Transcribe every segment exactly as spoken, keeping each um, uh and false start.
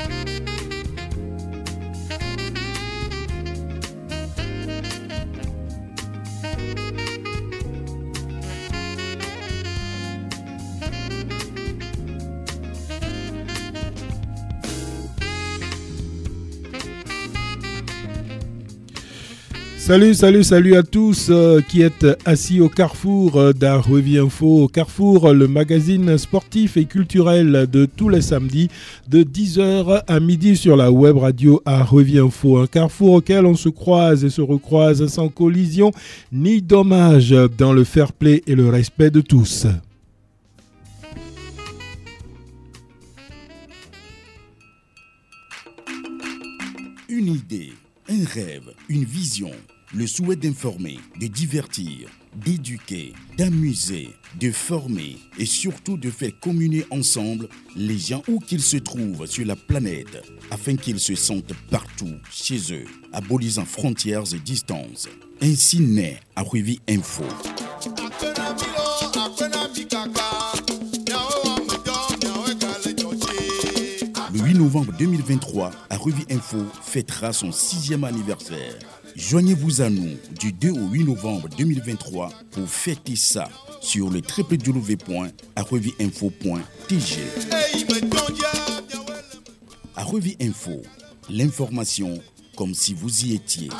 Salut, salut, salut à tous euh, qui êtes assis au carrefour euh, d'Arwevi Info. Au Carrefour, le magazine sportif et culturel de tous les samedis de dix heures à midi sur la web radio Arwevi Info. Un carrefour auquel on se croise et se recroise sans collision ni dommage, dans le fair play et le respect de tous. Une idée, un rêve, une vision. Le souhait d'informer, de divertir, d'éduquer, d'amuser, de former et surtout de faire communier ensemble les gens où qu'ils se trouvent sur la planète afin qu'ils se sentent partout chez eux, abolissant frontières et distances. Ainsi naît Arwevi Info. Le huit novembre deux mille vingt-trois, Arwevi Info fêtera son sixième anniversaire. Joignez-vous à nous du deux au huit novembre deux mille vingt-trois pour fêter ça sur le w w w point arwevi info point t g. Arwevi Info, l'information comme si vous y étiez.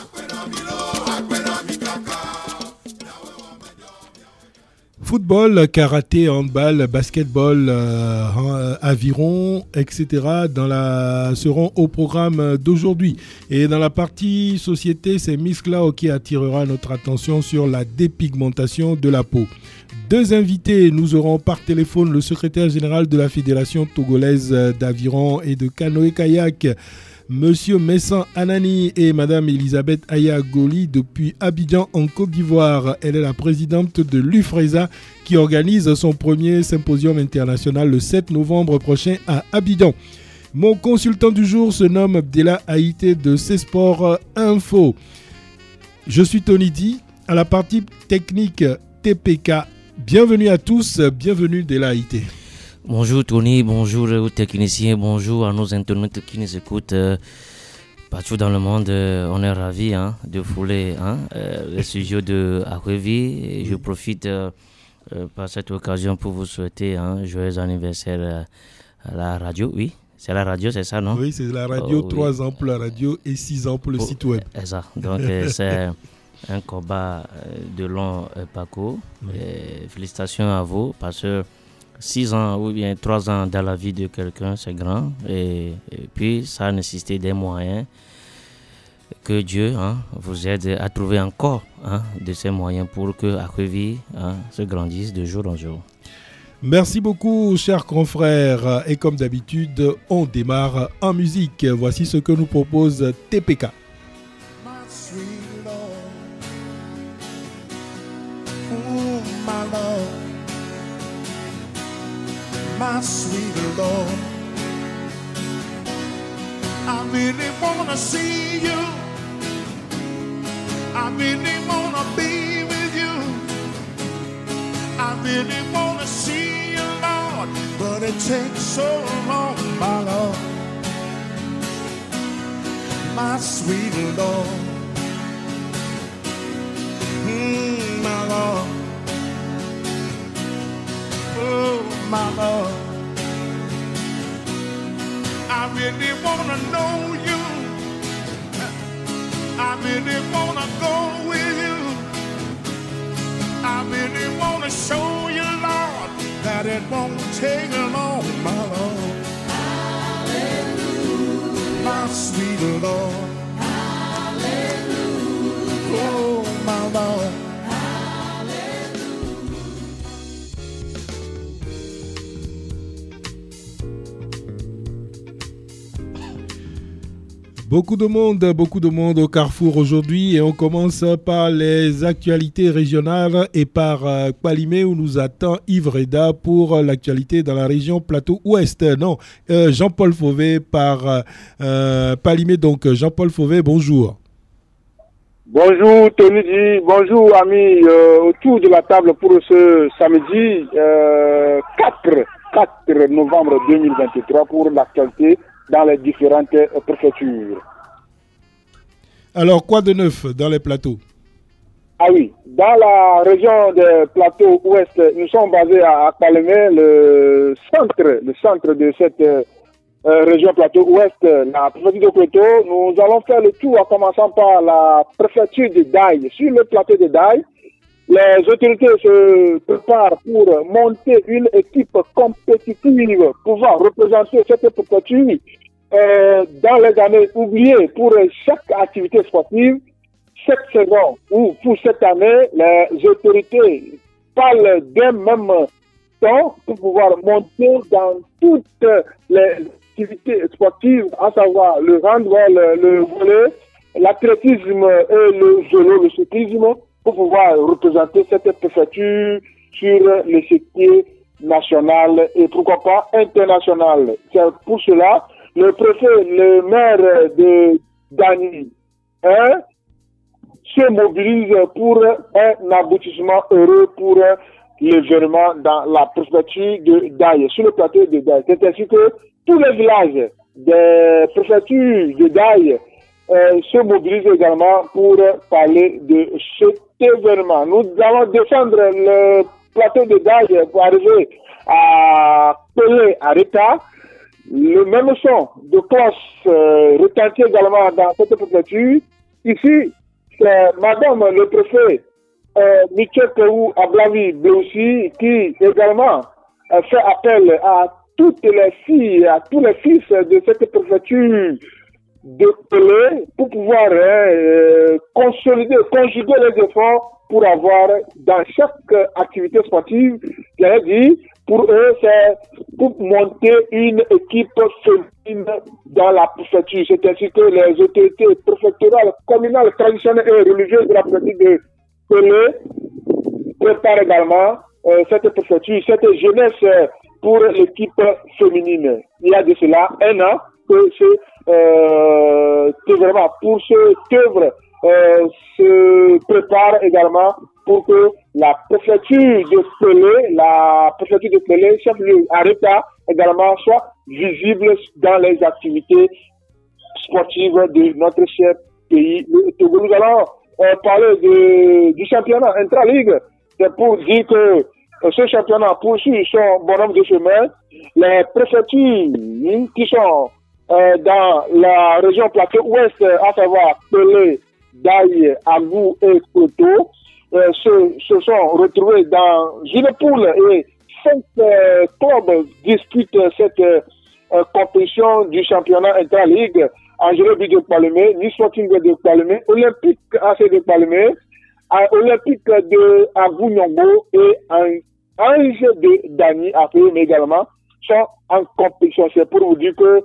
Football, karaté, handball, basketball, euh, aviron, et cetera dans la, seront au programme d'aujourd'hui. Et dans la partie société, c'est Miss Clau qui attirera notre attention sur la dépigmentation de la peau. Deux invités, nous aurons par téléphone le secrétaire général de la Fédération togolaise d'aviron et de canoë-kayak, Monsieur Messan Anani, et Madame Elisabeth Aya Goli depuis Abidjan en Côte d'Ivoire. Elle est la présidente de l'U F R E S A qui organise son premier symposium international le sept novembre prochain à Abidjan. Mon consultant du jour se nomme Abdella Haïté de C-Sport Info. Je suis Tony D, à la partie technique T P K. Bienvenue à tous, bienvenue Abdella Haïté. Bonjour Tony, bonjour aux techniciens, bonjour à nos internautes qui nous écoutent euh, partout dans le monde. Euh, on est ravis hein, de fouler hein, euh, le studio de Arwevi. Et je profite euh, euh, par cette occasion pour vous souhaiter un hein, joyeux anniversaire euh, à la radio. Oui, c'est la radio, c'est ça, non? Oui, c'est la radio, oh, trois oui. ans pour la radio et six ans pour le oh, site web. C'est ça, donc euh, c'est un combat de long euh, parcours. Oui. Et félicitations à vous parce que Six ans ou bien trois ans dans la vie de quelqu'un, c'est grand. Et, et puis, ça a nécessité des moyens. Que Dieu hein, vous aide à trouver encore hein, de ces moyens pour que Arwevi hein, se grandisse de jour en jour. Merci beaucoup, chers confrères. Et comme d'habitude, on démarre en musique. Voici ce que nous propose T P K. My sweet Lord, I really wanna see you. I really wanna be with you. I really wanna see you, Lord, but it takes so long, my Lord. My sweet Lord, mm, my Lord. Oh, my Lord, I really wanna know you. I really wanna go with you. I really wanna show you, Lord, that it won't take long, my Lord. Hallelujah. My sweet Lord. Hallelujah. Oh, my Lord. Beaucoup de monde, beaucoup de monde au Carrefour aujourd'hui et on commence par les actualités régionales et par euh, Palimé où nous attend Yves Reda pour l'actualité dans la région Plateau-Ouest. Non, euh, Jean-Paul Fauvet par euh, Palimé. Donc Jean-Paul Fauvet, bonjour. Bonjour Tony Di, bonjour amis euh, autour de la table pour ce samedi euh, quatre novembre deux mille vingt-trois pour l'actualité dans les différentes euh, préfectures. Alors, quoi de neuf dans les plateaux? Ah oui, dans la région des plateaux ouest, nous sommes basés à Palemé, le centre, le centre de cette euh, région plateau ouest, la préfecture de Koto. Nous allons faire le tour en commençant par la préfecture de Daï. Sur le plateau de Daï, les autorités se préparent pour monter une équipe compétitive pouvant représenter cette préfecture euh, dans les années oubliées pour chaque activité sportive. Cette saison ou pour cette année, les autorités parlent d'un même temps pour pouvoir monter dans toutes les activités sportives, à savoir le handball, le volley, l'athlétisme et le vélo, le cyclisme, pour pouvoir représenter cette préfecture sur l'échiquier national et pourquoi pas international. C'est pour cela, le préfet, le maire de Dani, hein, se mobilise pour un aboutissement heureux pour l'événement dans la préfecture de Daï, sur le plateau de Daï. C'est ainsi que tous les villages des préfectures de Daï euh, se mobilisent également pour parler de cet événement. Nous allons descendre le plateau de Daï pour arriver à Pelé, à Reta. Le même son de cloche euh, retentit également dans cette préfecture. Ici, c'est Madame le préfet euh, Michel Keou Ablavi Bleussi qui également euh, fait appel à toutes les filles, à tous les fils de cette préfecture de Pelé pour pouvoir euh, consolider, conjuguer les efforts pour avoir dans chaque activité sportive, j'ai dit, pour eux, c'est pour monter une équipe féminine dans la préfecture. C'est ainsi que les autorités préfectorales, communales, traditionnelles et religieuses de la préfecture de Pelé préparent également euh, cette préfecture, cette jeunesse pour l'équipe féminine. Il y a de cela un an que c'est euh, vraiment pour cette œuvre euh, se prépare également pour que la préfecture de Pelé, la préfecture de Pelé, chef-lieu Areta, également soit visible dans les activités sportives de notre cher pays, le Togo. Nous allons euh, parler de, du championnat intra-ligue. C'est pour dire que euh, ce championnat poursuit son bonhomme de chemin. Les préfectures qui sont euh, dans la région plateau ouest, à savoir Pelé, Daï, Agou et Koto, Euh, se, se sont retrouvés dans une poule et cinq euh, clubs disputent cette euh, compétition du championnat intra-ligue. Angelo B de Palemé, Nice Sporting de Palemé, Olympique A C de Palemé, Olympique de Agou-Nyongo et Ange de Dani, mais également, sont en compétition. C'est pour vous dire que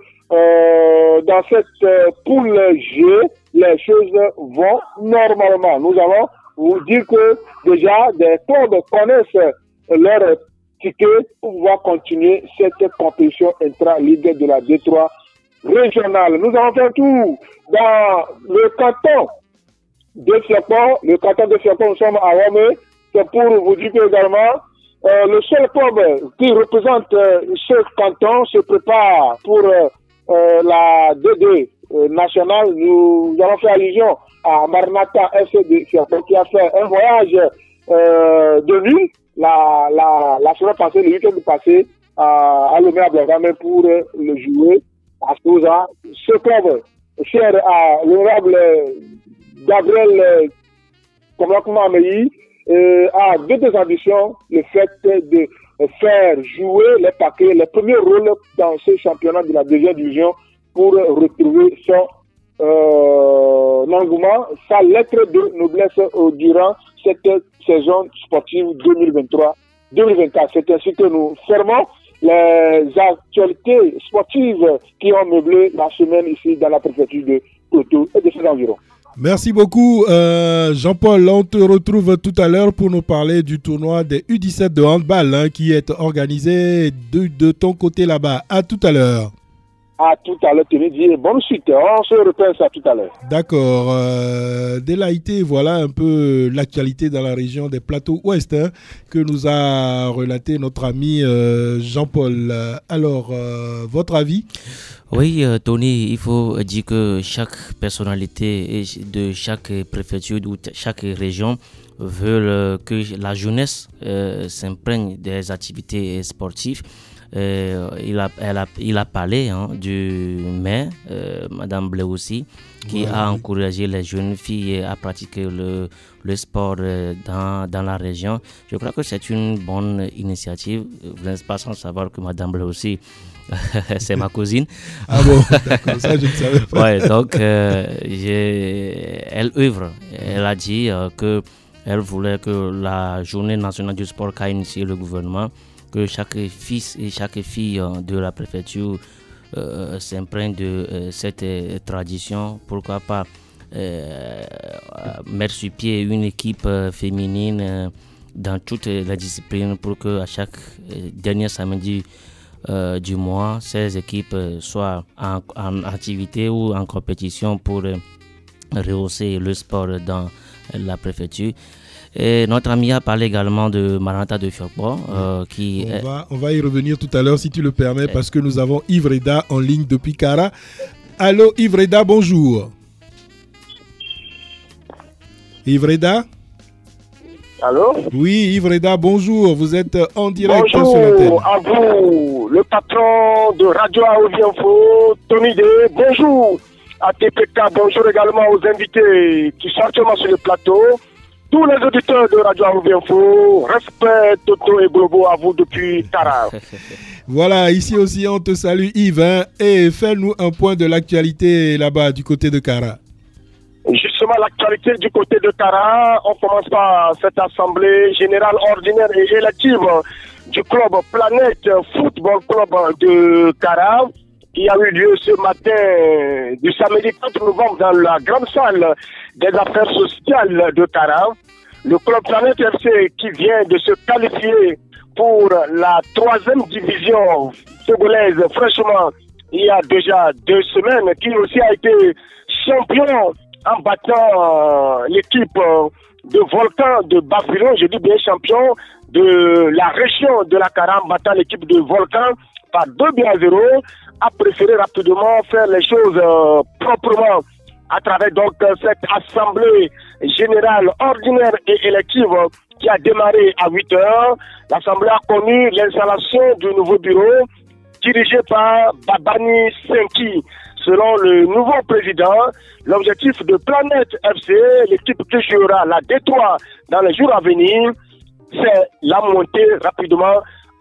euh, dans cette euh, poule G, les choses vont normalement. Nous allons vous dire que déjà des clubs connaissent leur ticket pour pouvoir continuer cette compétition intra-ligue de la D trois régionale. Nous allons faire tout dans le canton de Fiapo. Le canton de Fiapo, nous sommes à Rome. C'est pour vous dire que également, euh, le seul club qui représente euh, ce canton se prépare pour euh, euh, la D D euh, nationale. Nous allons faire allusion à Marnata F C de Fiapo qui a fait un voyage euh, de nuit la, la, la semaine passée, le week-end passé, à, à Lomé à Blagame pour euh, le jouer à Souza. Ce club, cher à l'honorable Gabriel Komakuma Ameyi, euh, a deux ambitions, le fait de faire jouer les paquets, les premiers rôles dans ce championnat de la deuxième division pour retrouver son Euh, l'engouement, sa lettre de noblesse euh, durant cette saison sportive deux mille vingt-trois deux mille vingt-quatre. C'est ainsi que nous fermons les actualités sportives qui ont meublé la semaine ici dans la préfecture de Koto et de ses environs. Merci beaucoup euh, Jean-Paul. On te retrouve tout à l'heure pour nous parler du tournoi des U dix-sept de handball hein, qui est organisé de, de ton côté là-bas. À tout à l'heure. À tout à l'heure, Tony, et bonne suite. On se reprend ça tout à l'heure. D'accord. Euh, Délaïté, voilà un peu l'actualité dans la région des plateaux ouest hein, que nous a relaté notre ami euh, Jean-Paul. Alors, euh, votre avis? Oui, euh, Tony, il faut dire que chaque personnalité de chaque préfecture ou chaque région veut que la jeunesse euh, s'imprègne des activités sportives. Euh, il, a, elle a, il a parlé hein, du maire, euh, Madame Blé aussi, qui ouais. a encouragé les jeunes filles à pratiquer le, le sport euh, dans, dans la région. Je crois que c'est une bonne initiative. Vous n'êtes pas sans savoir que Madame Blé aussi, c'est ma cousine. Ah bon, d'accord, ça je ne savais pas. Ouais, donc, euh, j'ai, elle œuvre. Elle a dit euh, que elle voulait que la journée nationale du sport qu'a initié le gouvernement, que chaque fils et chaque fille de la préfecture euh, s'imprègne de euh, cette euh, tradition. Pourquoi pas euh, mettre sur pied une équipe euh, féminine euh, dans toutes les disciplines pour que à chaque euh, dernier samedi euh, du mois, ces équipes euh, soient en, en activité ou en compétition pour euh, rehausser le sport dans la préfecture. Et notre ami a parlé également de Maranta de Fiokbo, euh, qui on, est... va, on va y revenir tout à l'heure si tu le permets, parce que nous avons Ivreda en ligne depuis Kara. Allô Ivreda, bonjour. Ivreda? Allô? Oui, Ivreda, bonjour. Vous êtes en direct bonjour sur l'antenne. Bonjour à vous, le patron de Radio Aoudi Info, Tony D. Bonjour à T P K. Bonjour également aux invités qui sont actuellement sur le plateau. Tous les auditeurs de Radio Aoudi Info, respect, Toto et Globo à vous depuis Tara. Voilà, ici aussi on te salue Yves, hein, et fais-nous un point de l'actualité là-bas du côté de Kara. Justement, l'actualité du côté de Kara, on commence par cette assemblée générale ordinaire et élective du club Planète Football Club de Kara, qui a eu lieu ce matin du samedi quatre novembre dans la grande salle des affaires sociales de Kara. Le club Planète F C qui vient de se qualifier pour la troisième division togolaise, franchement, il y a déjà deux semaines, qui aussi a été champion en battant euh, l'équipe euh, de Volcan de Babylone, je dis bien champion de la région de la Kara, en battant l'équipe de Volcan par deux buts à zéro, a préféré rapidement faire les choses euh, proprement à travers donc cette assemblée générale ordinaire et élective qui a démarré à huit heures. L'assemblée a connu l'installation du nouveau bureau dirigé par Babani Senki. Selon le nouveau président, l'objectif de Planète F C, l'équipe qui jouera la D trois dans les jours à venir, c'est la montée rapidement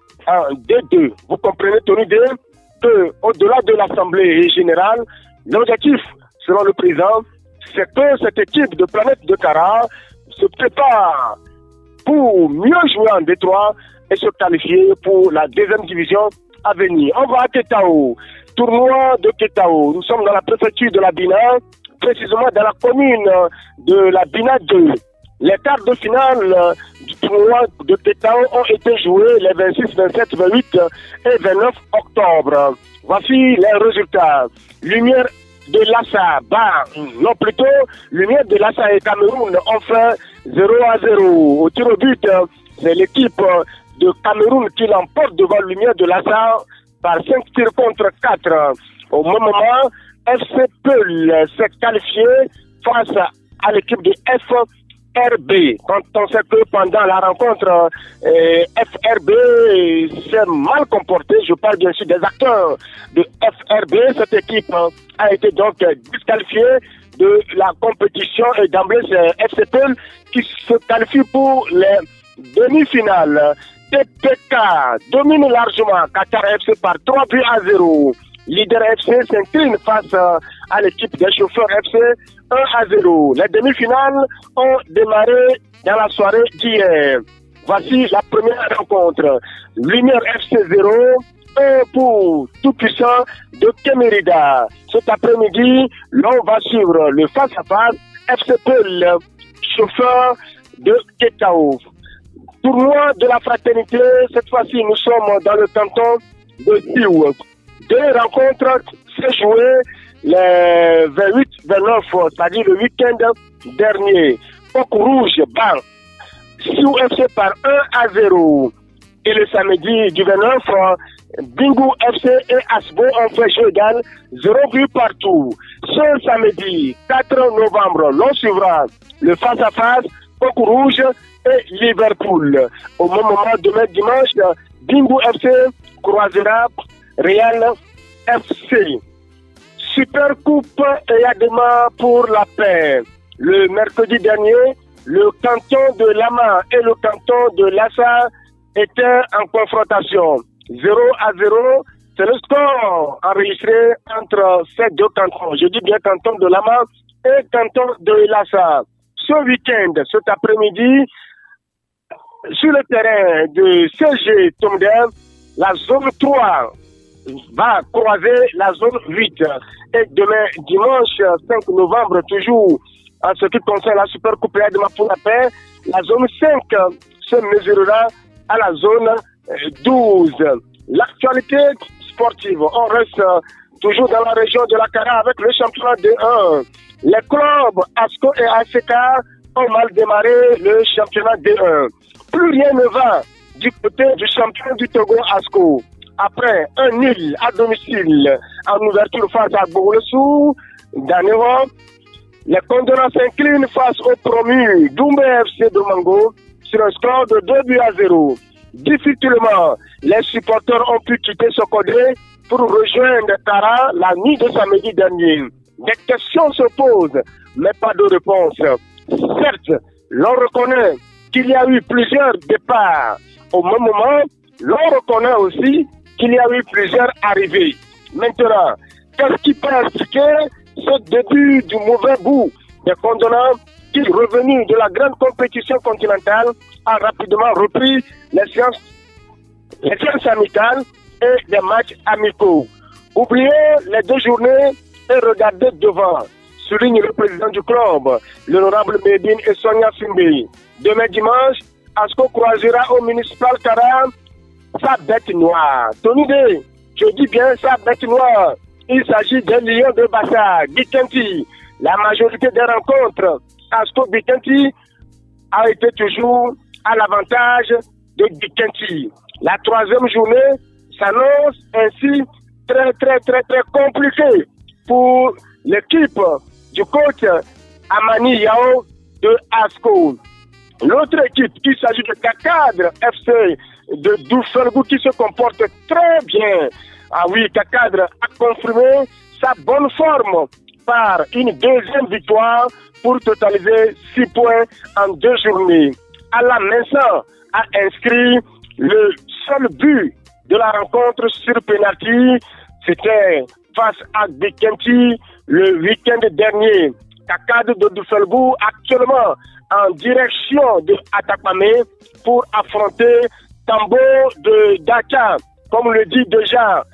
en D deux. Vous comprenez, Tony D, que au-delà de l'Assemblée générale, l'objectif, selon le président, c'est que cette équipe de Planète de Kara se prépare pour mieux jouer en D trois et se qualifier pour la deuxième division à venir. On va à Ketao, tournoi de Ketao. Nous sommes dans la préfecture de la Bina, précisément dans la commune de la Bina deux. Les quarts de finale du tournoi de Ketao ont été joués les vingt-six, vingt-sept, vingt-huit et vingt-neuf octobre. Voici les résultats. Lumière de Lassa, bah, non plutôt, Lumière de Lassa et Cameroun ont fait zéro à zéro. Au tir au but, c'est l'équipe de Cameroun qui l'emporte devant Lumière de Lassa par cinq tirs contre quatre. Au même moment, F C Peul s'est qualifié face à l'équipe de F R B. Quand on sait que pendant la rencontre, euh, F R B s'est mal comporté, je parle bien sûr des acteurs de F R B, cette équipe a été donc disqualifiée de la compétition et d'emblée c'est F C Peul qui se qualifie pour les demi-finales. T P K domine largement Qatar F C par trois buts à zéro. Leader F C s'incline face à l'équipe des chauffeurs F C un à zéro. Les demi-finales ont démarré dans la soirée d'hier. Voici la première rencontre. Lumière F C zéro, un pour tout puissant de Kemerida. Cet après-midi, l'on va suivre le face-à-face F C Peul, chauffeur de Ketao. Tournoi de la fraternité, cette fois-ci nous sommes dans le canton de Tiou. Deux rencontres s'est joué le vingt-huit vingt-neuf, c'est-à-dire le week-end dernier. Coq Rouge bat Sioux F C par un à zéro. Et le samedi du vingt-neuf, Bingo F C et Asbo ont fait jeu égal, zéro but partout. Ce samedi quatre novembre, l'on suivra le face-à-face Coq Rouge et Liverpool. Au même moment, demain dimanche, Bingo F C croisera Real F C. Super Coupe et Adema pour la paix. Le mercredi dernier, le canton de Lama et le canton de Lassa étaient en confrontation. zéro à zéro, c'est le score enregistré entre ces deux cantons. Je dis bien canton de Lama et canton de Lassa. Ce week-end, cet après-midi, sur le terrain de C G Tomden, la zone trois va croiser la zone huit. Et demain, dimanche cinq novembre, toujours en ce qui concerne la Super Coupe de pour la paix, la zone cinq se mesurera à la zone douze. L'actualité sportive, on reste toujours dans la région de la Cara avec le championnat D un. Les clubs ASCO et A C K ont mal démarré le championnat D un. Plus rien ne va du côté du champion du Togo ASCO. Après un nul à domicile en ouverture face à Bourlesou, Danero, les Condorans s'inclinent face au promu Doumbé F C de Mango sur un score de deux buts à zéro. Difficilement, les supporters ont pu quitter Sokodé pour rejoindre Tara la nuit de samedi dernier. Des questions se posent, mais pas de réponse. Certes, l'on reconnaît qu'il y a eu plusieurs départs. Au même moment, l'on reconnaît aussi qu'il y a eu plusieurs arrivées. Maintenant, qu'est-ce qui peut expliquer ce début du mauvais goût des Condorans qui, revenus de la grande compétition continentale, a rapidement repris les séances, les séances amicales et les matchs amicaux. Oubliez les deux journées et regardez devant, souligne le président du club, l'honorable Médine et Sonia Simbe. Demain dimanche, Asco croisera au municipal Cara sa bête noire. Tony D, je dis bien sa bête noire. Il s'agit d'un lion de Bassa, Bikenti. La majorité des rencontres, Asco Bikenti a été toujours à l'avantage de Bikenti. La troisième journée s'annonce ainsi très très très très compliquée pour l'équipe du coach Amani Yao de Asco. L'autre équipe, qui s'agit de Kakadre F C de Doufelgou, qui se comporte très bien. Ah oui, Kakadre a confirmé sa bonne forme par une deuxième victoire pour totaliser six points en deux journées. Alain Mensah a inscrit le seul but de la rencontre sur penalty. C'était face à Bikenti le week-end dernier. Kakadre de Doufelgou actuellement en direction de Atakpamé pour affronter Tambo de Dakar. Comme le dit déjà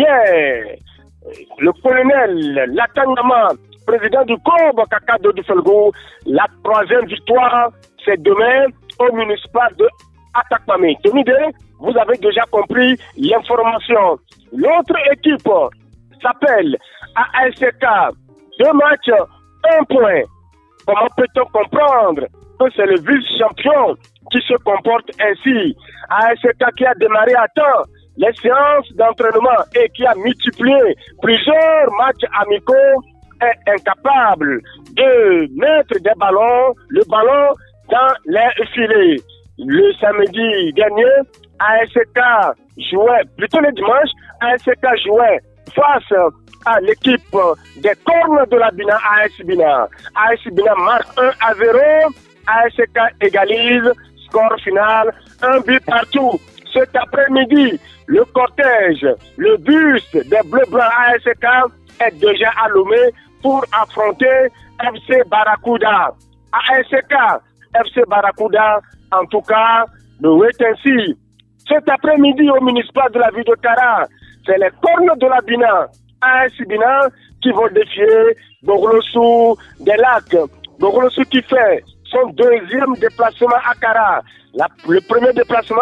hier le colonel Latangama, président du club Kakadre de Doufelgou, la troisième victoire, c'est demain au municipal de Atakpamé. Tenez, vous avez déjà compris l'information. L'autre équipe s'appelle A S K. Deux matchs, un point. Comment peut-on comprendre que c'est le vice-champion qui se comporte ainsi? A S K qui a démarré à temps les séances d'entraînement et qui a multiplié plusieurs matchs amicaux est incapable de mettre des ballons, le ballon dans les filets. Le samedi dernier, A S K jouait, plutôt le dimanche, A S K jouait face à l'équipe des cornes de la Bina, A S Bina. A S Bina marque un à zéro, A S K égalise, score final, un but partout. Cet après-midi, le cortège, le bus des Bleus-Blancs A S K est déjà à Lomé pour affronter F C Barracuda. A S K, F C Barracuda, en tout cas, le wait and see. Cet après-midi, au municipal de la ville de Cara, c'est les cornes de la Bina, A S Bina, qui vont défier Bogolossou des Lacs. Bogolossou qui fait son deuxième déplacement à Cara. La, le premier déplacement,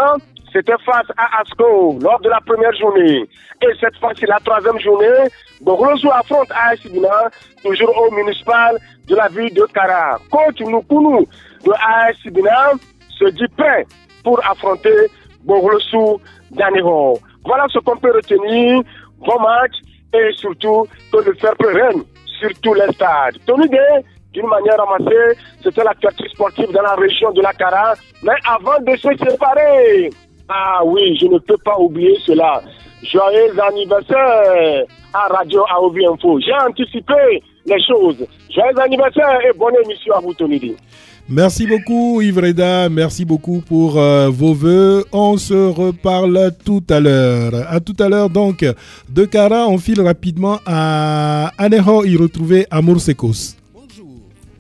c'était face à Asco lors de la première journée. Et cette fois, c'est la troisième journée. Bokolosu affronte A S Bina, toujours au municipal de la ville de Kara. Coach Nukunu de A S Bina se dit prêt pour affronter Bokolosu Daneho. Voilà ce qu'on peut retenir. Bon match et surtout que le fair play règne sur tous les stades. Ton idée, d'une manière ramassée, c'était l'actualité sportive dans la région de la Kara. Mais avant de se séparer, ah oui, je ne peux pas oublier cela. Joyeux anniversaire à Radio A O V Info. J'ai anticipé les choses. Joyeux anniversaire et bonne émission à vous, Tony. Merci beaucoup Yves Reda, merci beaucoup pour euh, vos vœux. On se reparle tout à l'heure. À tout à l'heure donc. De Kara, on file rapidement à Aneho y retrouver Amour Sekos. Bonjour.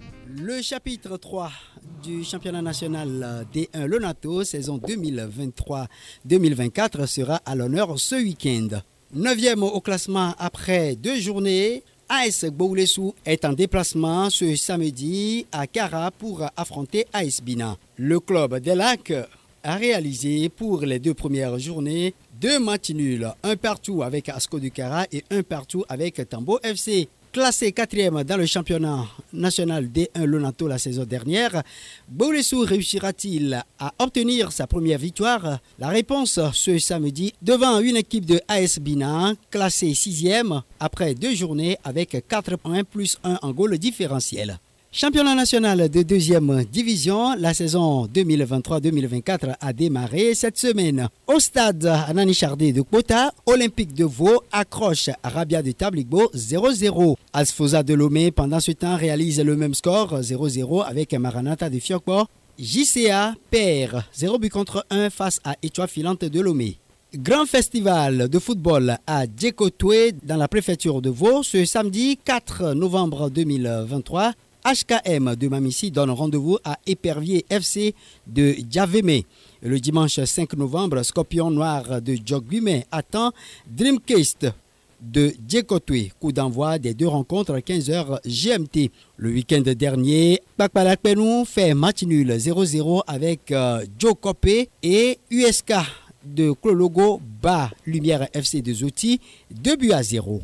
Le chapitre trois du championnat national D un Lonato saison deux mille vingt-trois deux mille vingt-quatre sera à l'honneur ce week-end. Neuvième au classement après deux journées, A S Gboulesu est en déplacement ce samedi à Kara pour affronter A S Bina. Le club des Lacs a réalisé pour les deux premières journées deux matchs nuls, un partout avec Asco du Kara et un partout avec Tambo F C. Classé quatrième dans le championnat national D un Lonato la saison dernière, Gboulesu réussira-t-il à obtenir sa première victoire? La réponse ce samedi devant une équipe de A S Bina classée sixième après deux journées avec quatre points plus un en goal différentiel. Championnat national de deuxième division, la saison deux mille vingt-trois deux mille vingt-quatre a démarré cette semaine. Au stade Anani Chardé de Kota, Olympique de Vaud accroche Rabia de Tabligbo zéro zéro. Asfosa de Lomé pendant ce temps réalise le même score zéro zéro avec Maranatha de Fiokpo. J C A perd zéro but contre un face à Étoile Filante de Lomé. Grand festival de football à Djekotoué dans la préfecture de Vaud ce samedi quatre novembre deux mille vingt-trois. H K M de Mamissi donne rendez-vous à Épervier F C de Djaveme. Le dimanche cinq novembre, Scorpion Noir de Djoglume attend Dreamcast de Djekotoué. Coup d'envoi des deux rencontres à quinze heures G M T. Le week-end dernier, Bakbalakpenou fait match nul zéro zéro avec euh, Joe Kopé et U S K de Klologo bat Lumière F C de Zoti deux buts à zéro.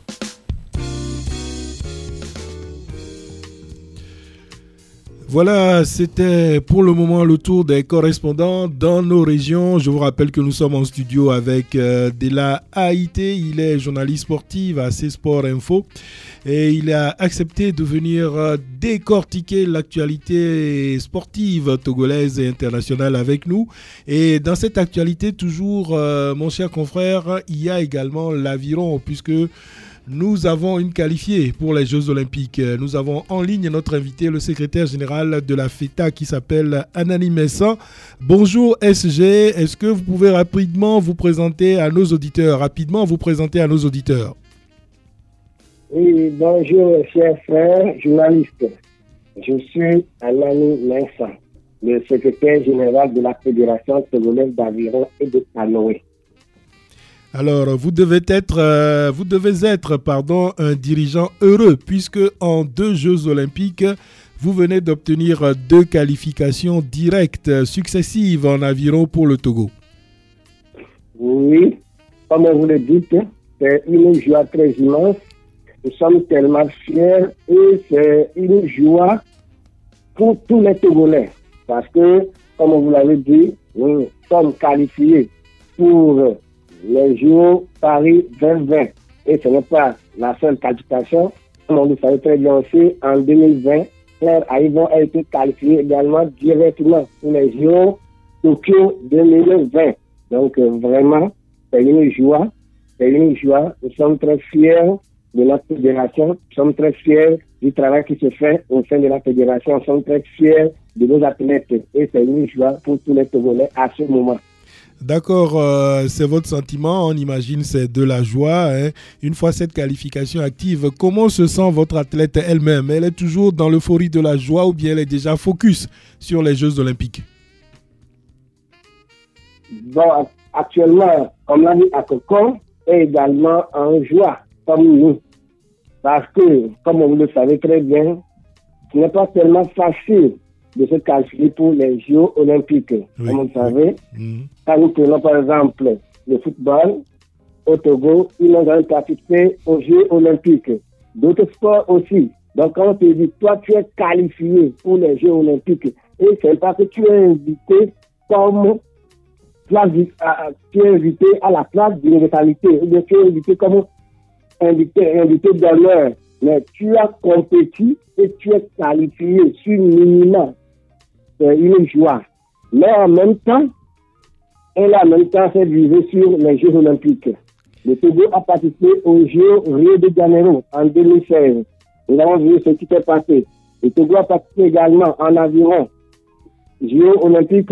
Voilà, c'était pour le moment le tour des correspondants dans nos régions. Je vous rappelle que nous sommes en studio avec euh, Dela Haïté. Il est journaliste sportif à C-Sport Info et il a accepté de venir euh, décortiquer l'actualité sportive togolaise et internationale avec nous. Et dans cette actualité, toujours, euh, mon cher confrère, il y a également l'aviron puisque nous avons une qualifiée pour les Jeux Olympiques. Nous avons en ligne notre invité, le secrétaire général de la FETA qui s'appelle Anani Messan. Bonjour S G, est-ce que vous pouvez rapidement vous présenter à nos auditeurs, rapidement vous présenter à nos auditeurs? Oui, bonjour chers frères journalistes. Je suis Anani Messan, le secrétaire général de la Fédération togolaise d'aviron et de canoë. Alors, vous devez être, euh, vous devez être pardon, un dirigeant heureux puisque en deux Jeux Olympiques, vous venez d'obtenir deux qualifications directes successives en aviron pour le Togo. Oui, comme vous le dites, c'est une joie très immense. Nous sommes tellement fiers et c'est une joie pour tous les Togolais. Parce que, comme vous l'avez dit, nous sommes qualifiés pour les Jeux Paris vingt vingt. Et ce n'est pas la seule qualification. Comme vous le savez très bien aussi, en deux mille vingt, Claire Aïvon a été qualifié également directement pour les Jeux Tokyo deux mille vingt. Donc euh, vraiment, c'est une joie. C'est une joie. Nous sommes très fiers de notre fédération. Nous sommes très fiers du travail qui se fait au sein de la fédération. Nous sommes très fiers de nos athlètes. Et c'est une joie pour tous les Togolais à ce moment. D'accord, euh, c'est votre sentiment, on imagine c'est de la joie. Hein. Une fois cette qualification active, comment se sent votre athlète elle-même? Elle est toujours dans l'euphorie de la joie ou bien elle est déjà focus sur les Jeux Olympiques? Bon, actuellement, comme l'a dit Akoko, est également en joie, comme nous. Parce que, comme vous le savez très bien, ce n'est pas tellement facile de se qualifier pour les Jeux olympiques. Oui. Comme vous savez, Mmh. quand nous prenons par exemple le football, au Togo, ils ont jamais participé aux Jeux olympiques. D'autres sports aussi. Donc quand on te dit, toi tu es qualifié pour les Jeux olympiques, et c'est parce que tu es invité comme place, à, tu es invité à la place d'universalité, ou bien tu es invité comme invité, invité d'honneur. Mais tu as compétit et tu es qualifié sur minimum. C'est une joie. Mais en même temps, elle a en même temps fait vivre sur les Jeux olympiques. Le Togo a participé aux Jeux Rio de Janeiro en deux mille seize. Nous avons vu ce qui s'est passé. Le Togo a participé également en aviron Jeux olympiques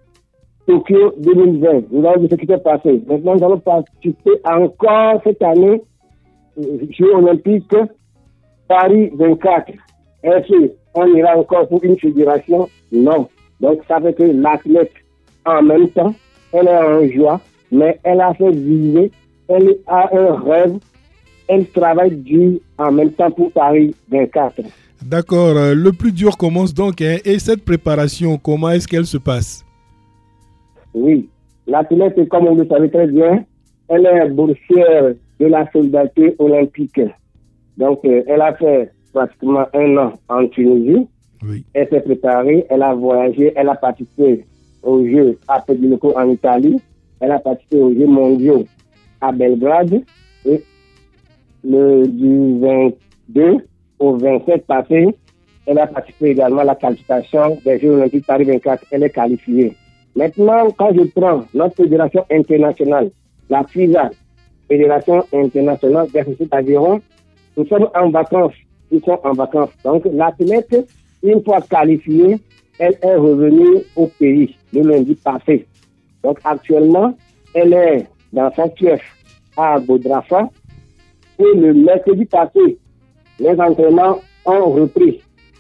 Tokyo deux mille vingt. Nous avons vu ce qui s'est passé. Maintenant, nous allons participer encore cette année Jeux olympiques Paris vingt-quatre. Est-ce qu'on ira encore pour une fédération? Non. Donc, ça fait que l'athlète, en même temps, elle est en joie, mais elle a fait vivre, elle a un rêve, elle travaille dur en même temps pour Paris vingt-quatre. D'accord. euh, Le plus dur commence donc. Hein, et cette préparation, comment est-ce qu'elle se passe? Oui. L'athlète, comme vous le savez très bien, elle est boursière de la solidarité olympique. Donc, euh, elle a fait pratiquement un an en Tunisie. Oui. Elle s'est préparée, elle a voyagé, elle a participé aux Jeux à Pediluco en Italie. Elle a participé aux Jeux mondiaux à Belgrade. Et le, du vingt-deux au vingt-sept passé, elle a participé également à la qualification des Jeux olympiques Paris vingt-quatre. Elle est qualifiée. Maintenant, quand je prends notre fédération internationale, la FISA, Fédération internationale d'exercice d'aviron, nous sommes en vacances. Ils sont en vacances. Donc, l'athlète, une fois qualifiée, elle est revenue au pays le lundi passé. Donc, actuellement, elle est dans son fief à Bodrafa. Et le mercredi passé, les entraînements ont repris.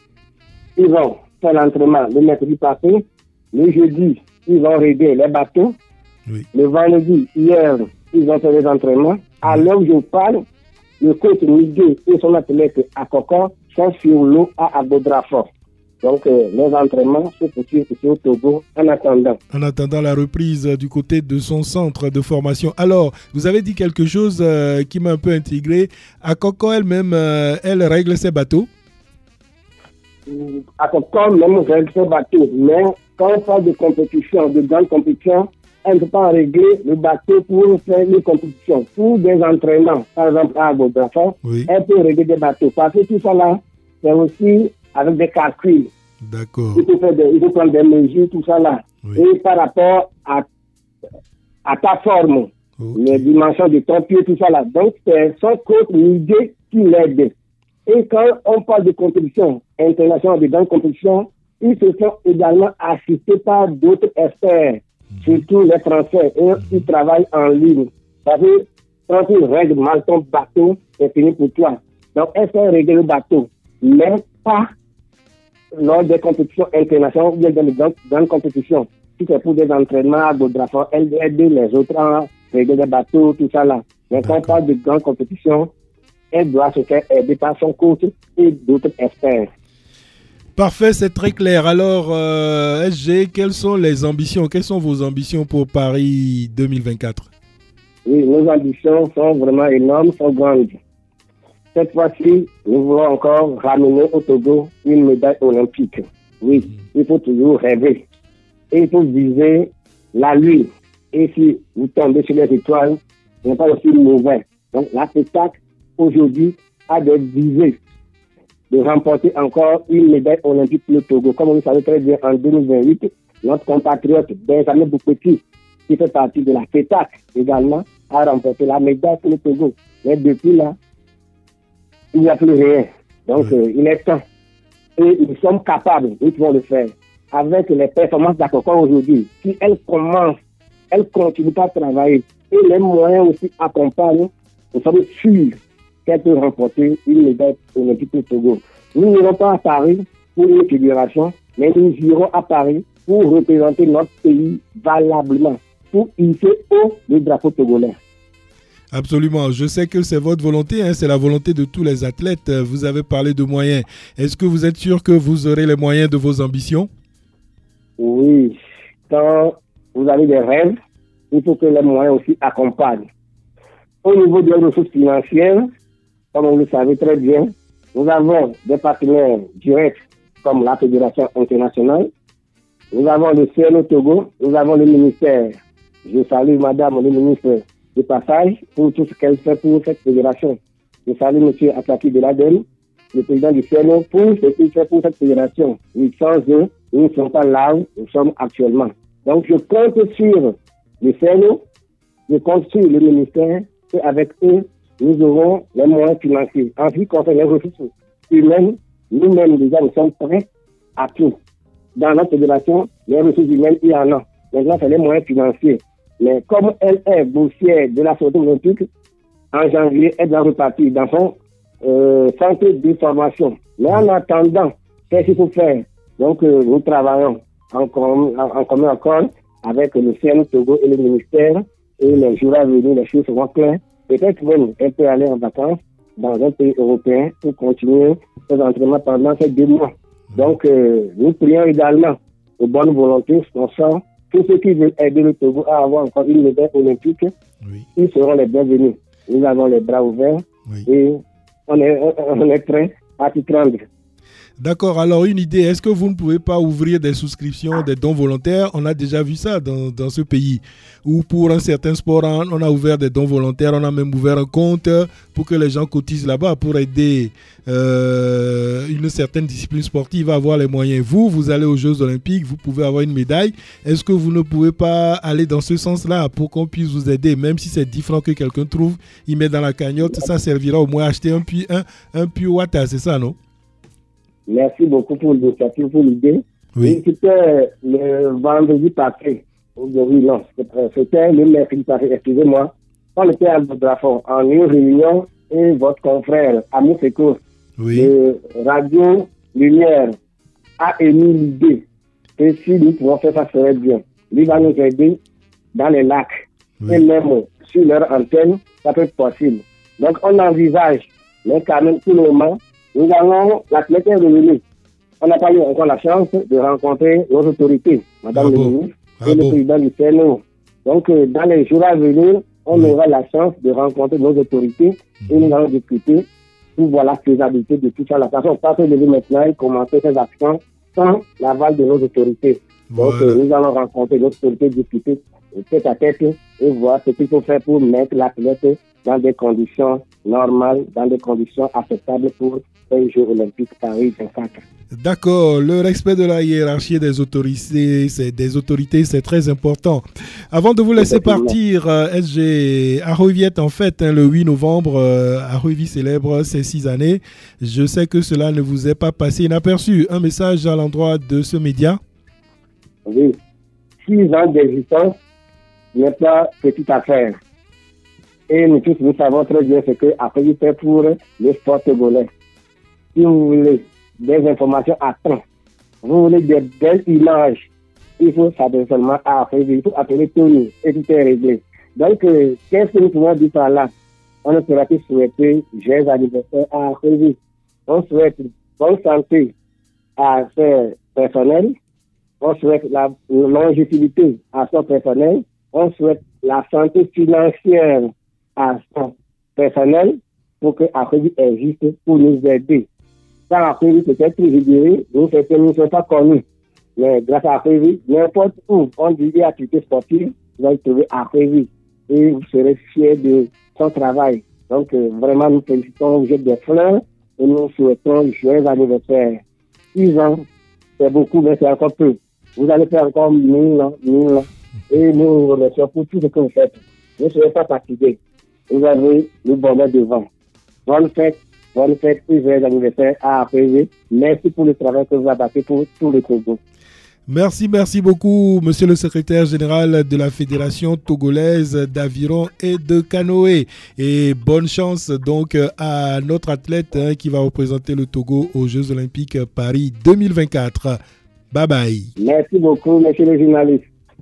Ils vont faire l'entraînement le mercredi passé. Le jeudi, ils vont raider les bateaux. Oui. Le vendredi, hier, ils ont fait les entraînements. À l'heure où je parle, le coach Miguel et son athlète à Kokon sont sur l'eau à Abodrafort. Donc, euh, les entraînements se poursuivent ici au Togo en attendant. En attendant la reprise euh, du côté de son centre de formation. Alors, vous avez dit quelque chose euh, qui m'a un peu intégré. À Kokon elle-même, euh, elle règle ses bateaux? À Kokon, même règle ses bateaux. Mais quand on parle de compétition, de grande compétition, elle ne peut pas régler le bateau pour faire les compétitions. Pour des entraînements, par exemple à Abodrafort, Oui. elle peut régler des bateaux. Parce que tout ça là, c'est aussi avec des calculs. D'accord. Il faut, faire des, il faut prendre des mesures, tout ça là. Oui. Et par rapport à, à ta forme, Ok. les dimensions de ton pied, tout ça là. Donc, c'est son coach Miguel qui l'aide. Et quand on parle de compétition internationale, de grandes compétitions, ils se font également assistés par d'autres experts, surtout les Français. Et ils travaillent en ligne. Parce que quand tu règles mal ton bateau, c'est fini pour toi. Donc, elle fait régler le bateau, mais pas lors des compétitions internationales ou bien dans les grandes, grandes compétitions. Si c'est pour des entraînements à Bodrafort, elle aide les autres à régler des bateaux, tout ça là. Mais quand on parle de grandes compétitions, elle doit se faire aider par son coach et d'autres experts. Parfait, c'est très clair. Alors, euh, S G, quelles sont les ambitions? Quelles sont vos ambitions pour Paris deux mille vingt-quatre? Oui, nos ambitions sont vraiment énormes, sont grandes. Cette fois-ci, nous voulons encore ramener au Togo une médaille olympique. Oui, il faut toujours rêver. Et il faut viser la lune. Et si vous tombez sur les étoiles, ce n'est pas aussi mauvais. Donc, la spectacle, aujourd'hui, a des visées de remporter encore une médaille olympique pour le Togo. Comme vous le savez très bien, en deux mille vingt-huit, notre compatriote Benjamin Boukpeti, qui fait partie de la F E T A C également, a remporté la médaille pour le Togo. Mais depuis là, il n'y a plus rien. Donc, oui. euh, il est temps. Et nous sommes capables, nous pouvons le faire. Avec les performances d'Akokon aujourd'hui, si elles commencent, elles continuent à travailler, et les moyens aussi accompagnent, nous sommes sûrs qu'elle peut remporter une médaille olympique au Togo. Nous n'irons pas à Paris pour une fédération, mais nous irons à Paris pour représenter notre pays valablement, pour hisser haut le drapeau togolais. Absolument. Je sais que c'est votre volonté, hein, c'est la volonté de tous les athlètes. Vous avez parlé de moyens. Est-ce que vous êtes sûr que vous aurez les moyens de vos ambitions? Oui. Quand vous avez des rêves, il faut que les moyens aussi accompagnent. Au niveau des ressources financières, comme vous le savez très bien, nous avons des partenaires directs comme la Fédération internationale. Nous avons le C N O Togo, nous avons le ministère. Je salue Madame le ministre de passage pour tout ce qu'elle fait pour cette fédération. Je salue M. Ataki de l'Aden, le président du C N O, pour ce qu'il fait pour cette fédération. Oui, sans eux, nous ne sommes pas là où nous sommes actuellement. Donc je compte sur le C N O, je compte sur le ministère, et avec eux, nous aurons les moyens financiers. En ce qui concerne les ressources humaines, nous-mêmes déjà nous sommes prêts à tout. Dans notre fédération, les ressources humaines, il y en a. Maintenant, c'est les moyens financiers. Mais comme elle est boursière de la Société olympique, en janvier, elle doit repartir dans son euh, centre de formation. Mais en attendant, qu'est-ce qu'il faut faire? Donc, euh, nous travaillons en, com- en, en commun accord avec le C N O Togo et le ministère. Et les jours à venir, les choses seront claires. Peut-être même, elle peut aller en vacances dans un pays européen pour continuer ses entraînements pendant ces deux mois. Donc, euh, nous prions également aux bonnes volontés, sponsors, tous ceux qui veulent aider le Togo à avoir encore une médaille olympique, oui. Ils seront les bienvenus. Nous avons les bras ouverts oui. Et on est, on est prêts à tout prendre. D'accord, alors une idée, est-ce que vous ne pouvez pas ouvrir des souscriptions, des dons volontaires? On a déjà vu ça dans, dans ce pays, où pour un certain sport, on a ouvert des dons volontaires, on a même ouvert un compte pour que les gens cotisent là-bas pour aider euh, une certaine discipline sportive à avoir les moyens. Vous, vous allez aux Jeux Olympiques, vous pouvez avoir une médaille. Est-ce que vous ne pouvez pas aller dans ce sens-là pour qu'on puisse vous aider, même si c'est dix francs que quelqu'un trouve, il met dans la cagnotte, ça servira au moins à acheter un puits, un, un puits water, c'est ça, non? Merci beaucoup pour l'initiative, pour l'idée. Oui. C'était le vendredi passé. Oui, non, c'était le mercredi passé, excusez-moi. On était à Bodrafond, en une réunion, et votre confrère, Amou Secours, oui. de Radio Lumière, a émis l'idée que si nous pouvons faire ça, ça serait bien. Lui va nous aider dans les lacs. Oui. Et même sur leur antenne, ça peut être possible. Donc, on envisage, mais quand même, tout le moment, nous avons l'athlète est revenu. On n'a pas eu encore la chance de rencontrer nos autorités, Madame ah le bon. ministre ah et bon. le président du C N O. Donc, euh, dans les jours à venir, on oui. aura la chance de rencontrer nos autorités mmh. et nous allons discuter pour voir la faisabilité de tout ça. La façon pas se lever maintenant et commencer ces actions sans l'aval de nos autorités. Voilà. Donc, euh, nous allons rencontrer nos autorités, discuter tête à tête et voir ce qu'il faut faire pour mettre l'athlète dans des conditions normales, dans des conditions acceptables pour les Jeux Olympiques Paris vingt-quatre. D'accord, le respect de la hiérarchie des autorités, c'est, des autorités, c'est très important. Avant de vous laisser partir, euh, S G Aroviette, en fait, hein, le huit novembre, euh, Arovi célèbre ses six années. Je sais que cela ne vous est pas passé inaperçu. Un message à l'endroit de ce média? Oui, six ans d'existence n'est pas petite affaire. Et nous tous, nous savons très bien ce que Arovi fait pour le sport togolais. Si vous voulez des informations à temps, vous voulez des belles images, il faut s'adresser seulement à Arovi, il faut appeler Tony et tout est réglé. Donc, euh, qu'est-ce que nous pouvons dire par là? On ne pourra que souhaiter joyeux anniversaire à Arovi. On souhaite bonne santé à ses personnels, on souhaite la longévité à son personnel, on souhaite la santé financière à son personnel pour que Arovi existe pour nous aider. Sans Arovi, peut-être, je dirais, nous ne sommes pas connus. Mais grâce à Arovi, n'importe où on dit activité sportive, vous allez trouver Arovi et vous serez fiers de son travail. Donc, euh, vraiment, nous félicitons, vous êtes des fleurs et nous souhaitons joyeux anniversaire. Six ans, c'est beaucoup, mais c'est encore peu. Vous allez faire encore mille ans, mille ans. Et nous vous remercions pour tout ce que vous faites. Ne soyez pas fatigués. Vous avez le bonheur devant. Bonne fête, bonne fête et joyeux anniversaire à Arovi. Merci pour le travail que vous avez pour tout le Togo. Merci, merci beaucoup, monsieur le secrétaire général de la Fédération togolaise d'aviron et de canoë. Et bonne chance donc à notre athlète hein, qui va représenter le Togo aux Jeux Olympiques Paris deux mille vingt-quatre. Bye bye. Merci beaucoup, monsieur le journaliste.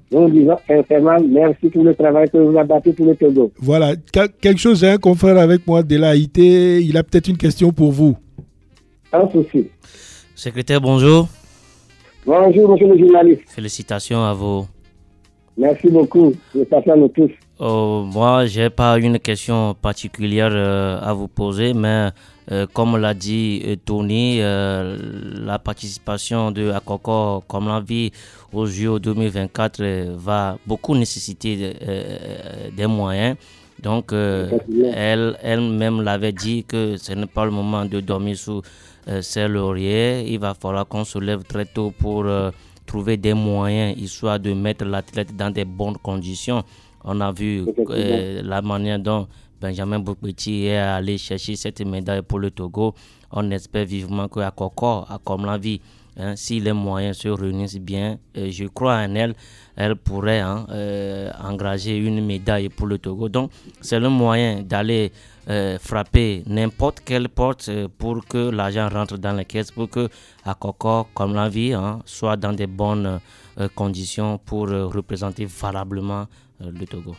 Nous disons sincèrement merci pour le travail que vous abattez pour le Togo. Voilà, quelque chose, j'ai un confrère avec moi de l'A I T, il a peut-être une question pour vous. Un souci. Secrétaire, bonjour. Bonjour, monsieur le journaliste. Félicitations à vous. Merci beaucoup. Félicitations à nous tous. Oh, moi, je n'ai pas une question particulière euh, à vous poser, mais euh, comme l'a dit euh, Tony, euh, la participation de Akoko comme la vie aux J O deux mille vingt-quatre euh, va beaucoup nécessiter euh, des moyens. Donc, euh, elle, elle-même l'avait dit que ce n'est pas le moment de dormir sous euh, ses lauriers. Il va falloir qu'on se lève très tôt pour euh, trouver des moyens, histoire de mettre l'athlète dans des bonnes conditions. On a vu euh, la manière dont Benjamin Boukpeti est allé chercher cette médaille pour le Togo. On espère vivement qu'à Koko, à comme la vie, hein, si les moyens se réunissent bien, euh, je crois en elle, elle pourrait hein, euh, engager une médaille pour le Togo. Donc, c'est le moyen d'aller euh, frapper n'importe quelle porte euh, pour que l'argent rentre dans les caisses, pour que à Koko, comme la vie, hein, soit dans des bonnes euh, conditions pour euh, représenter valablement le Togo.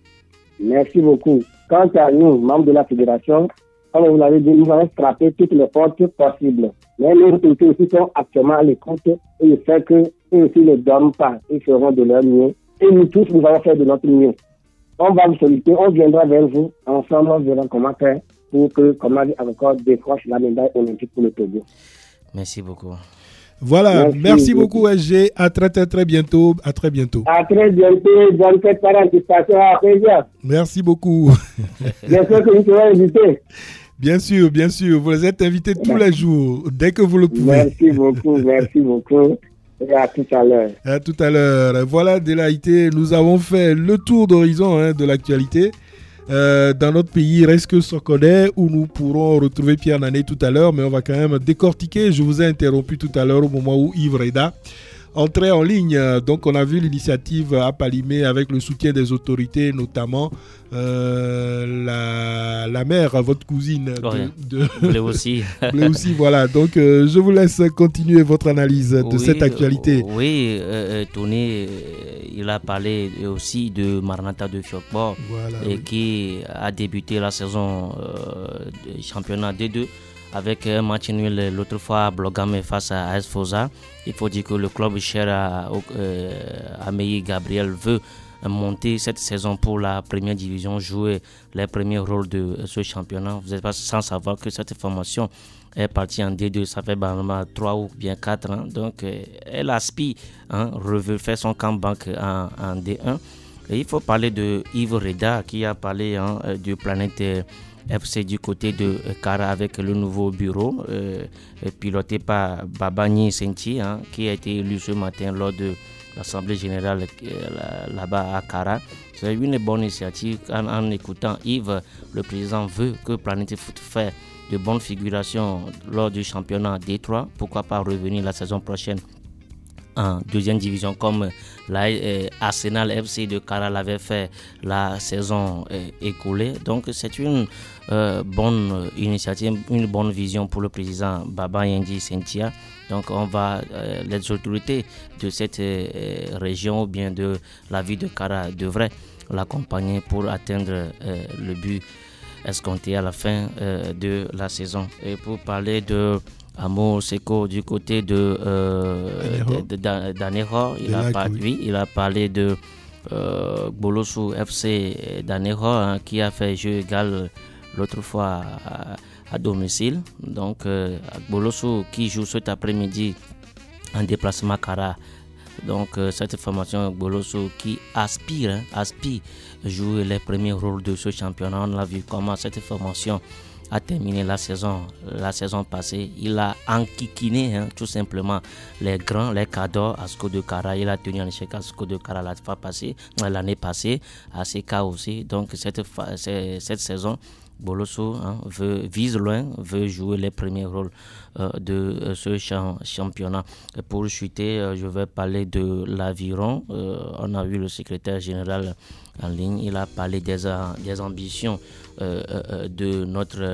Merci beaucoup. Quant à nous, membres de la fédération, comme vous l'avez dit, nous allons frapper toutes les portes possibles. Mais les autorités aussi sont actuellement à l'écoute et je sais qu'eux aussi ne dorment pas. Ils feront de leur mieux. Et nous tous, nous allons faire de notre mieux. On va vous solliciter, on viendra vers vous. Ensemble, on verra comment faire pour que, comme on dit encore, décroche la médaille olympique pour le Togo. Merci beaucoup. Voilà, merci, merci beaucoup S G. À très très très bientôt. À très bientôt. À très bientôt. Bonne fête par anticipation à plaisir. Merci beaucoup. Bien sûr que vous serez invité. Bien sûr, bien sûr. Vous êtes invités tous les jours, dès que vous le pouvez. Merci beaucoup, merci beaucoup. Et à tout à l'heure. À tout à l'heure. Voilà, de l'A I T, nous avons fait le tour d'horizon hein, de l'actualité. Euh, dans notre pays, il reste que Sokodé où nous pourrons retrouver Pierre Nané tout à l'heure, mais on va quand même décortiquer. Je vous ai interrompu tout à l'heure au moment où Yves Reda entrait en ligne. Donc on a vu l'initiative à Palimé avec le soutien des autorités, notamment euh, la, la mère, votre cousine de, de Blé aussi. Blé aussi, voilà. Donc euh, je vous laisse continuer votre analyse de oui, cette actualité. Oui, euh, Tony, il a parlé aussi de Maranatha de Fiokbo, voilà, et oui. qui a débuté la saison euh, de championnat D deux avec un match nul l'autre fois à Blogame face à A S Fosa. Il faut dire que le club cher à, euh, à Meyi Gabriel veut monter cette saison pour la première division, jouer les premiers rôles de ce championnat. Vous n'êtes pas sans savoir que cette formation est partie en D deux, ça fait normalement trois ou bien quatre ans. Donc euh, elle aspire, hein, veut faire son comeback en, en D un. Et il faut parler de Yves Reda qui a parlé hein, du Planète F C du côté de Kara avec le nouveau bureau euh, piloté par Babani Senti hein, qui a été élu ce matin lors de l'Assemblée générale euh, là-bas à Kara. C'est une bonne initiative. En, en écoutant Yves, le président veut que Planète Foot fasse de bonnes figurations lors du championnat D trois. Pourquoi pas revenir la saison prochaine en deuxième division comme la euh, Arsenal F C de Kara l'avait fait la saison euh, écoulée. Donc c'est une euh, bonne initiative, une bonne vision pour le président Baba Yendi Sentia. Donc on va, euh, les autorités de cette euh, région ou bien de la ville de Kara devraient l'accompagner pour atteindre euh, le but escompté à la fin euh, de la saison. Et pour parler de Amo Seko du côté de euh, d'Anéro, il, oui, il a parlé de euh, Gbolosu F C d'Anéro hein, qui a fait jeu égal l'autre fois à, à domicile. Donc euh, Gbolosu qui joue cet après-midi en déplacement Kara. Donc euh, cette formation Gbolosu qui aspire, hein, aspire jouer les premiers rôles de ce championnat. On a vu comment cette formation a terminé la saison, la saison passée. Il a enquiquiné hein, tout simplement les grands, les cadors à Asco de Kara. Il a tenu en échec à Asco de Kara la fois passée, l'année passée, à C K aussi. Donc cette, cette saison, Bolosso hein, veut, vise loin, veut jouer les premiers rôles euh, de euh, ce champ, championnat. Et pour chuter, euh, je vais parler de l'aviron. Euh, on a vu le secrétaire général en ligne. Il a parlé des, des ambitions euh, euh, de notre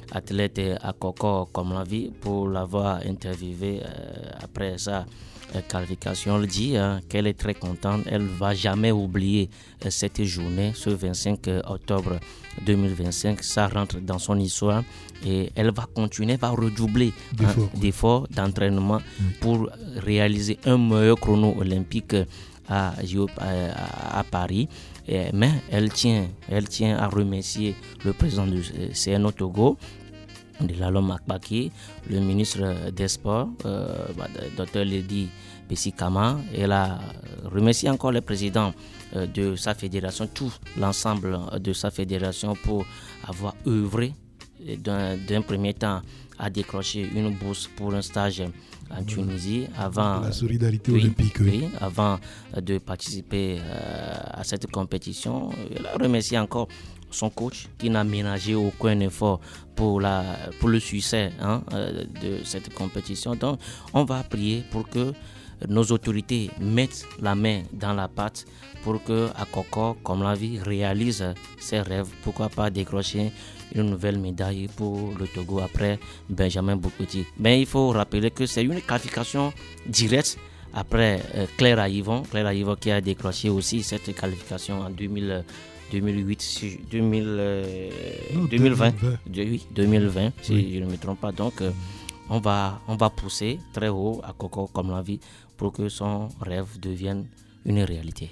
athlète à Koko comme la vie, pour l'avoir interviewé euh, après sa euh, qualification. Elle dit hein, qu'elle est très contente, elle ne va jamais oublier euh, cette journée, ce vingt-cinq octobre deux mille vingt-cinq, ça rentre dans son histoire et elle va continuer, va redoubler d'efforts, hein, d'efforts d'entraînement mmh. pour réaliser un meilleur chrono olympique à, à, à Paris. Et, mais elle tient, elle tient à remercier le président du C N O Togo, de Lalom Akbaki, le ministre des Sports, euh, Dr Ledi Bessikama. Elle a remercié encore le président euh, de sa fédération, tout l'ensemble de sa fédération pour avoir œuvré d'un, d'un premier temps à décrocher une bourse pour un stage en Tunisie avant la solidarité oui, olympique oui. Oui, avant de participer euh, à cette compétition. Elle a remercié encore son coach qui n'a ménagé aucun effort pour, la, pour le succès hein, de cette compétition. Donc on va prier pour que nos autorités mettent la main dans la pâte pour que Akoko, comme la vie, réalise ses rêves. Pourquoi pas décrocher une nouvelle médaille pour le Togo après Benjamin Boukouti. Mais il faut rappeler que c'est une qualification directe après euh, Claire Aïvon. Claire Aïvon qui a décroché aussi cette qualification en deux mille, deux mille huit, deux mille, euh, non, deux mille vingt. deux mille vingt. Oui, deux mille vingt, si oui. je ne me trompe pas. Donc, euh, on va, on va pousser très haut à Koko comme la vie pour que son rêve devienne une réalité.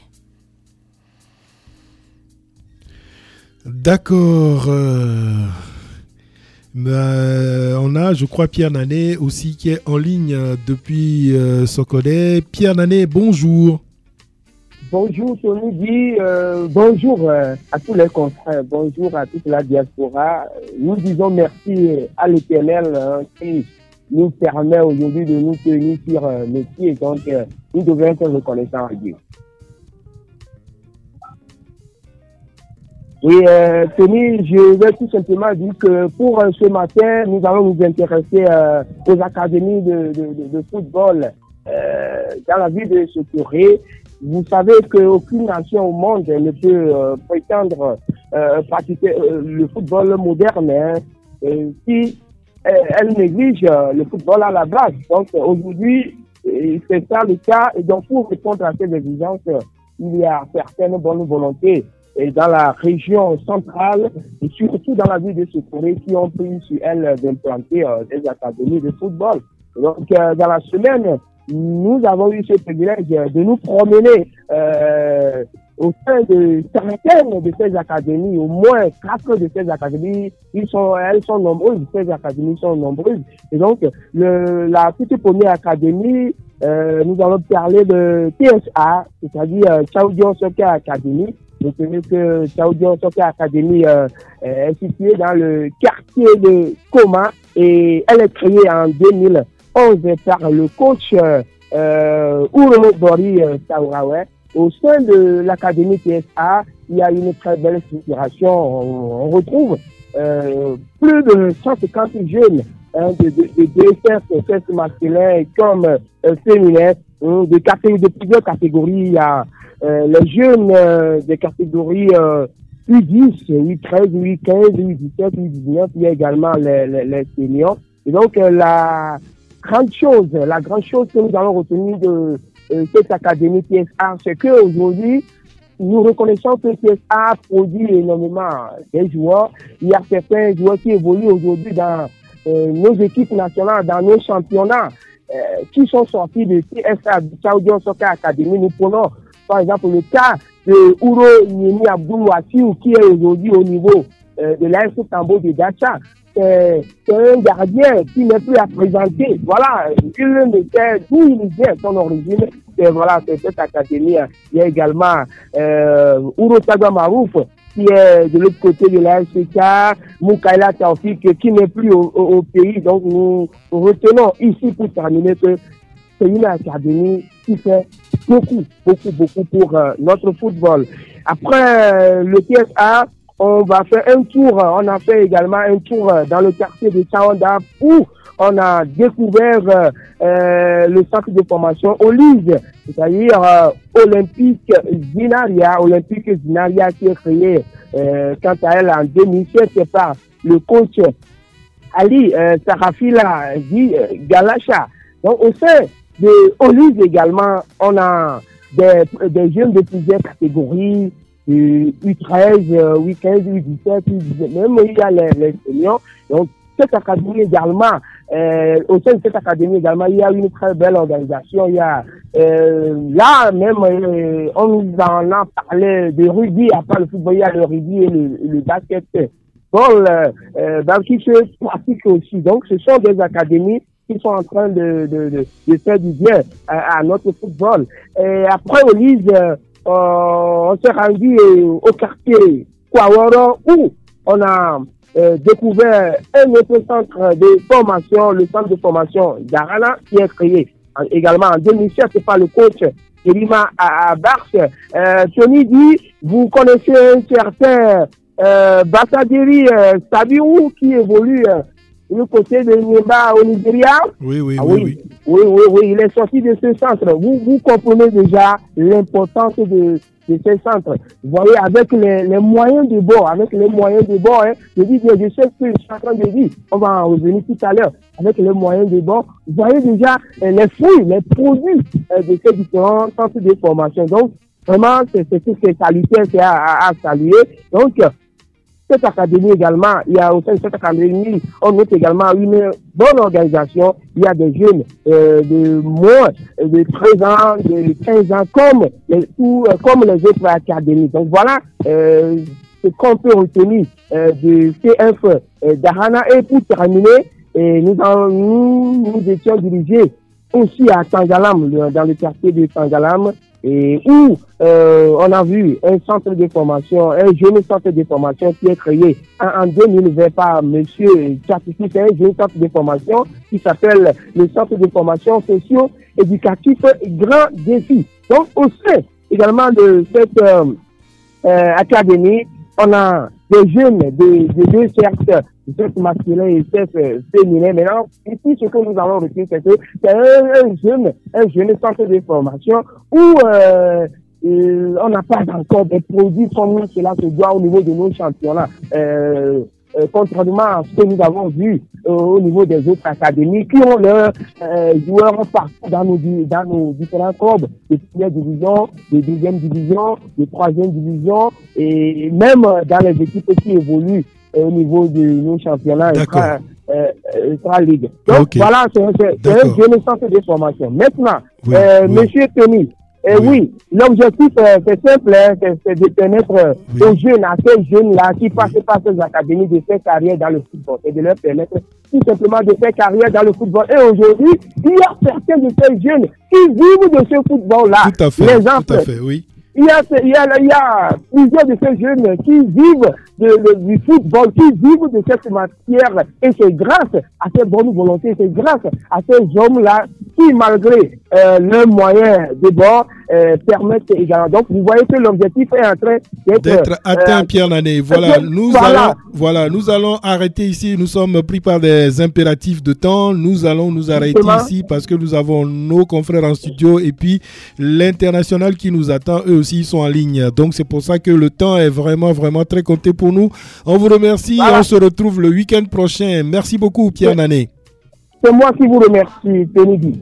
D'accord. Euh, euh, on a, je crois, Pierre Nané aussi qui est en ligne depuis euh, Sokodé. Pierre Nané, bonjour. Bonjour, Sonidi. Euh, bonjour euh, à tous les confrères. Bonjour à toute la diaspora. Nous disons merci à l'Éternel hein, qui nous permet aujourd'hui de nous tenir sur euh, nos pieds. Donc, euh, nous devons être reconnaissants à Dieu. Et euh, Tony, je vais tout simplement dire que pour euh, ce matin, nous allons nous intéresser euh, aux académies de, de, de, de football euh, dans la ville de Sokoré. Vous savez qu'aucune nation au monde ne peut euh, prétendre euh, pratiquer euh, le football moderne hein, euh, si euh, elle néglige euh, le football à la base. Donc aujourd'hui, c'est ça le cas. Et donc pour répondre à ces exigences, il y a certaines bonnes volontés et dans la région centrale et surtout dans la ville de Sokoré qui ont pris sur elles d'implanter euh, des académies de football. Et donc euh, dans la semaine, nous avons eu ce privilège de nous promener euh, au sein de certaines de ces académies, au moins quatre de ces académies, ils sont, elles sont nombreuses, ces académies sont nombreuses. Et donc, le, la toute première académie, euh, nous allons parler de T S A, c'est-à-dire euh, Tchaoudion Soccer Academy. Vous savez que Tchaoudion Soccer Academy euh, est située dans le quartier de Koma et elle est créée en deux mille onze par le coach euh, Uromo Bori euh, Taouraoué. Au sein de l'académie T S A, il y a une très belle structuration. On, on retrouve euh, plus de cent cinquante jeunes hein, de, de, de D S F, sexe masculin comme euh, féminin, hein, de, catég- de plusieurs catégories. Il y a euh, les jeunes euh, des catégories euh, U dix, U treize, U quinze, U dix-sept, U dix-neuf. Il y a également les, les, les seniors. Et donc, euh, la grande chose, la grande chose que nous allons retenir de euh, cette académie T S A, c'est qu'aujourd'hui, nous reconnaissons que T S A produit énormément des joueurs. Il y a certains joueurs qui évoluent aujourd'hui dans euh, nos équipes nationales, dans nos championnats, euh, qui sont sortis de T S A, du Tchaoudion Soccer Academy. Nous prenons, par exemple, le cas de Ouro Nyemi Abdou Wassiou, qui est aujourd'hui au niveau euh, de l'A S Tambo de Dacha. C'est, c'est un gardien qui n'est plus à présenter. Voilà, il ne sait d'où il vient, son origine. Et voilà, c'est cette académie. Il y a également euh, Ouro Sagwa Marouf, qui est de l'autre côté de la S K, Moukaila Taoufik, qui n'est plus au, au, au pays. Donc, nous retenons ici pour terminer que c'est une académie qui fait beaucoup, beaucoup, beaucoup pour euh, notre football. Après euh, le T S A, on va faire un tour, on a fait également un tour dans le quartier de Tchaonda où on a découvert euh, le centre de formation Olise, c'est-à-dire euh, Olympique Zinaria, Olympique Zinaria qui est créé euh, quant à elle en deux mille sept par le coach Ali euh, Sarafila dit euh, Galacha. Donc au sein de Olise également, on a des, des jeunes de plusieurs catégories, U treize, U quinze, U dix-sept, U dix-neuf, même il y a les, les seniors. Donc cette académie également, euh, au sein de cette académie également, il y a une très belle organisation. Il y a euh, là même, euh, on en a parlé de rugby, à part le football, il y a le rugby et le, le basket. Bon, euh, euh, qui se pratique aussi. Donc ce sont des académies qui sont en train de, de, de, de faire du bien à, à notre football. Et après Olise, euh, on s'est rendu euh, au quartier Kouaworo où on a Euh, découvert un autre centre de formation, le centre de formation d'Arana, qui est créé en, également en deux mille sept par le coach Elima Abars. Euh, Tony dit, vous connaissez un certain euh, Bassaderi euh, Sabiou qui évolue euh, du côté de Niemba au Nigeria. Oui, oui, ah, oui, oui, oui. Oui, oui, oui, il est sorti de ce centre. Vous, vous comprenez déjà l'importance de de ces centres. Vous voyez, avec les, les moyens de bord, avec les moyens de bord, hein, je dis, je sais ce que je suis en train de dire, on va en revenir tout à l'heure, avec les moyens de bord, vous voyez déjà euh, les fruits, les produits euh, de ces différents centres de formation. Donc, vraiment, c'est toutes ces qualités c'est à, à, à saluer. Donc, cette académie également, il y a au sein de cette académie, on note également une bonne organisation. Il y a des jeunes euh, de moins de treize ans, de quinze ans, comme les, tout, euh, comme les autres académies. Donc voilà euh, ce qu'on peut retenir euh, de C F euh, d'Arana. Et pour terminer, euh, nous, en, nous nous étions dirigés aussi à Tangalam, le, dans le quartier de Tangalam, et où euh, on a vu un centre de formation, un jeune centre de formation qui est créé en, en deux mille vingt par monsieur Tchatifis, c'est un jeune centre de formation qui s'appelle le centre de formation socio-éducatif Grand Défi. Donc au sein également de cette euh, euh, académie, on a des jeunes de, de deux cercles, sexe masculin et sexe féminin. Maintenant, ici, ce que nous allons retenir, c'est que c'est un, un jeune, un jeune centre de formation où euh, euh, on n'a pas encore des produits comme cela se doit au niveau de nos championnats. Euh, euh, contrairement à ce que nous avons vu euh, au niveau des autres académies qui ont leurs euh, joueurs partout dans nos, dans nos différents clubs de première division, de deuxième division, de troisième division et même dans les équipes qui évoluent euh, au niveau de nos championnats extra, euh, extra ligue. Donc okay. Voilà, c'est un jeune centre de formation. Maintenant, oui, euh, oui. Monsieur Tony, Eh oui, oui l'objectif, euh, c'est simple, hein, c'est de permettre euh, oui. aux jeunes, à ces jeunes-là qui passent oui. par ces académies de faire carrière dans le football et de leur permettre tout simplement de faire carrière dans le football. Et aujourd'hui, il y a certains de ces jeunes qui vivent de ce football-là. Tout à fait, L'exemple, tout à fait, oui. Il y, a, il, y a, il y a plusieurs de ces jeunes qui vivent de, de, du football, qui vivent de cette matière. Et c'est grâce à ces bonnes volontés, c'est grâce à ces hommes-là qui, malgré euh, leurs moyens de bord, euh, permettent également. Donc, vous voyez que l'objectif est en train d'être, d'être atteint, euh, Pierre Nané. Voilà, nous voilà. allons, voilà, nous allons arrêter ici. Nous sommes pris par des impératifs de temps. Nous allons nous arrêter Justement. ici parce que nous avons nos confrères en studio et puis l'international qui nous attend, eux aussi sont en ligne. Donc, c'est pour ça que le temps est vraiment, vraiment très compté pour nous. On vous remercie voilà. et on se retrouve le week-end prochain. Merci beaucoup, Pierre Nané. C'est moi qui vous remercie, Pénidi.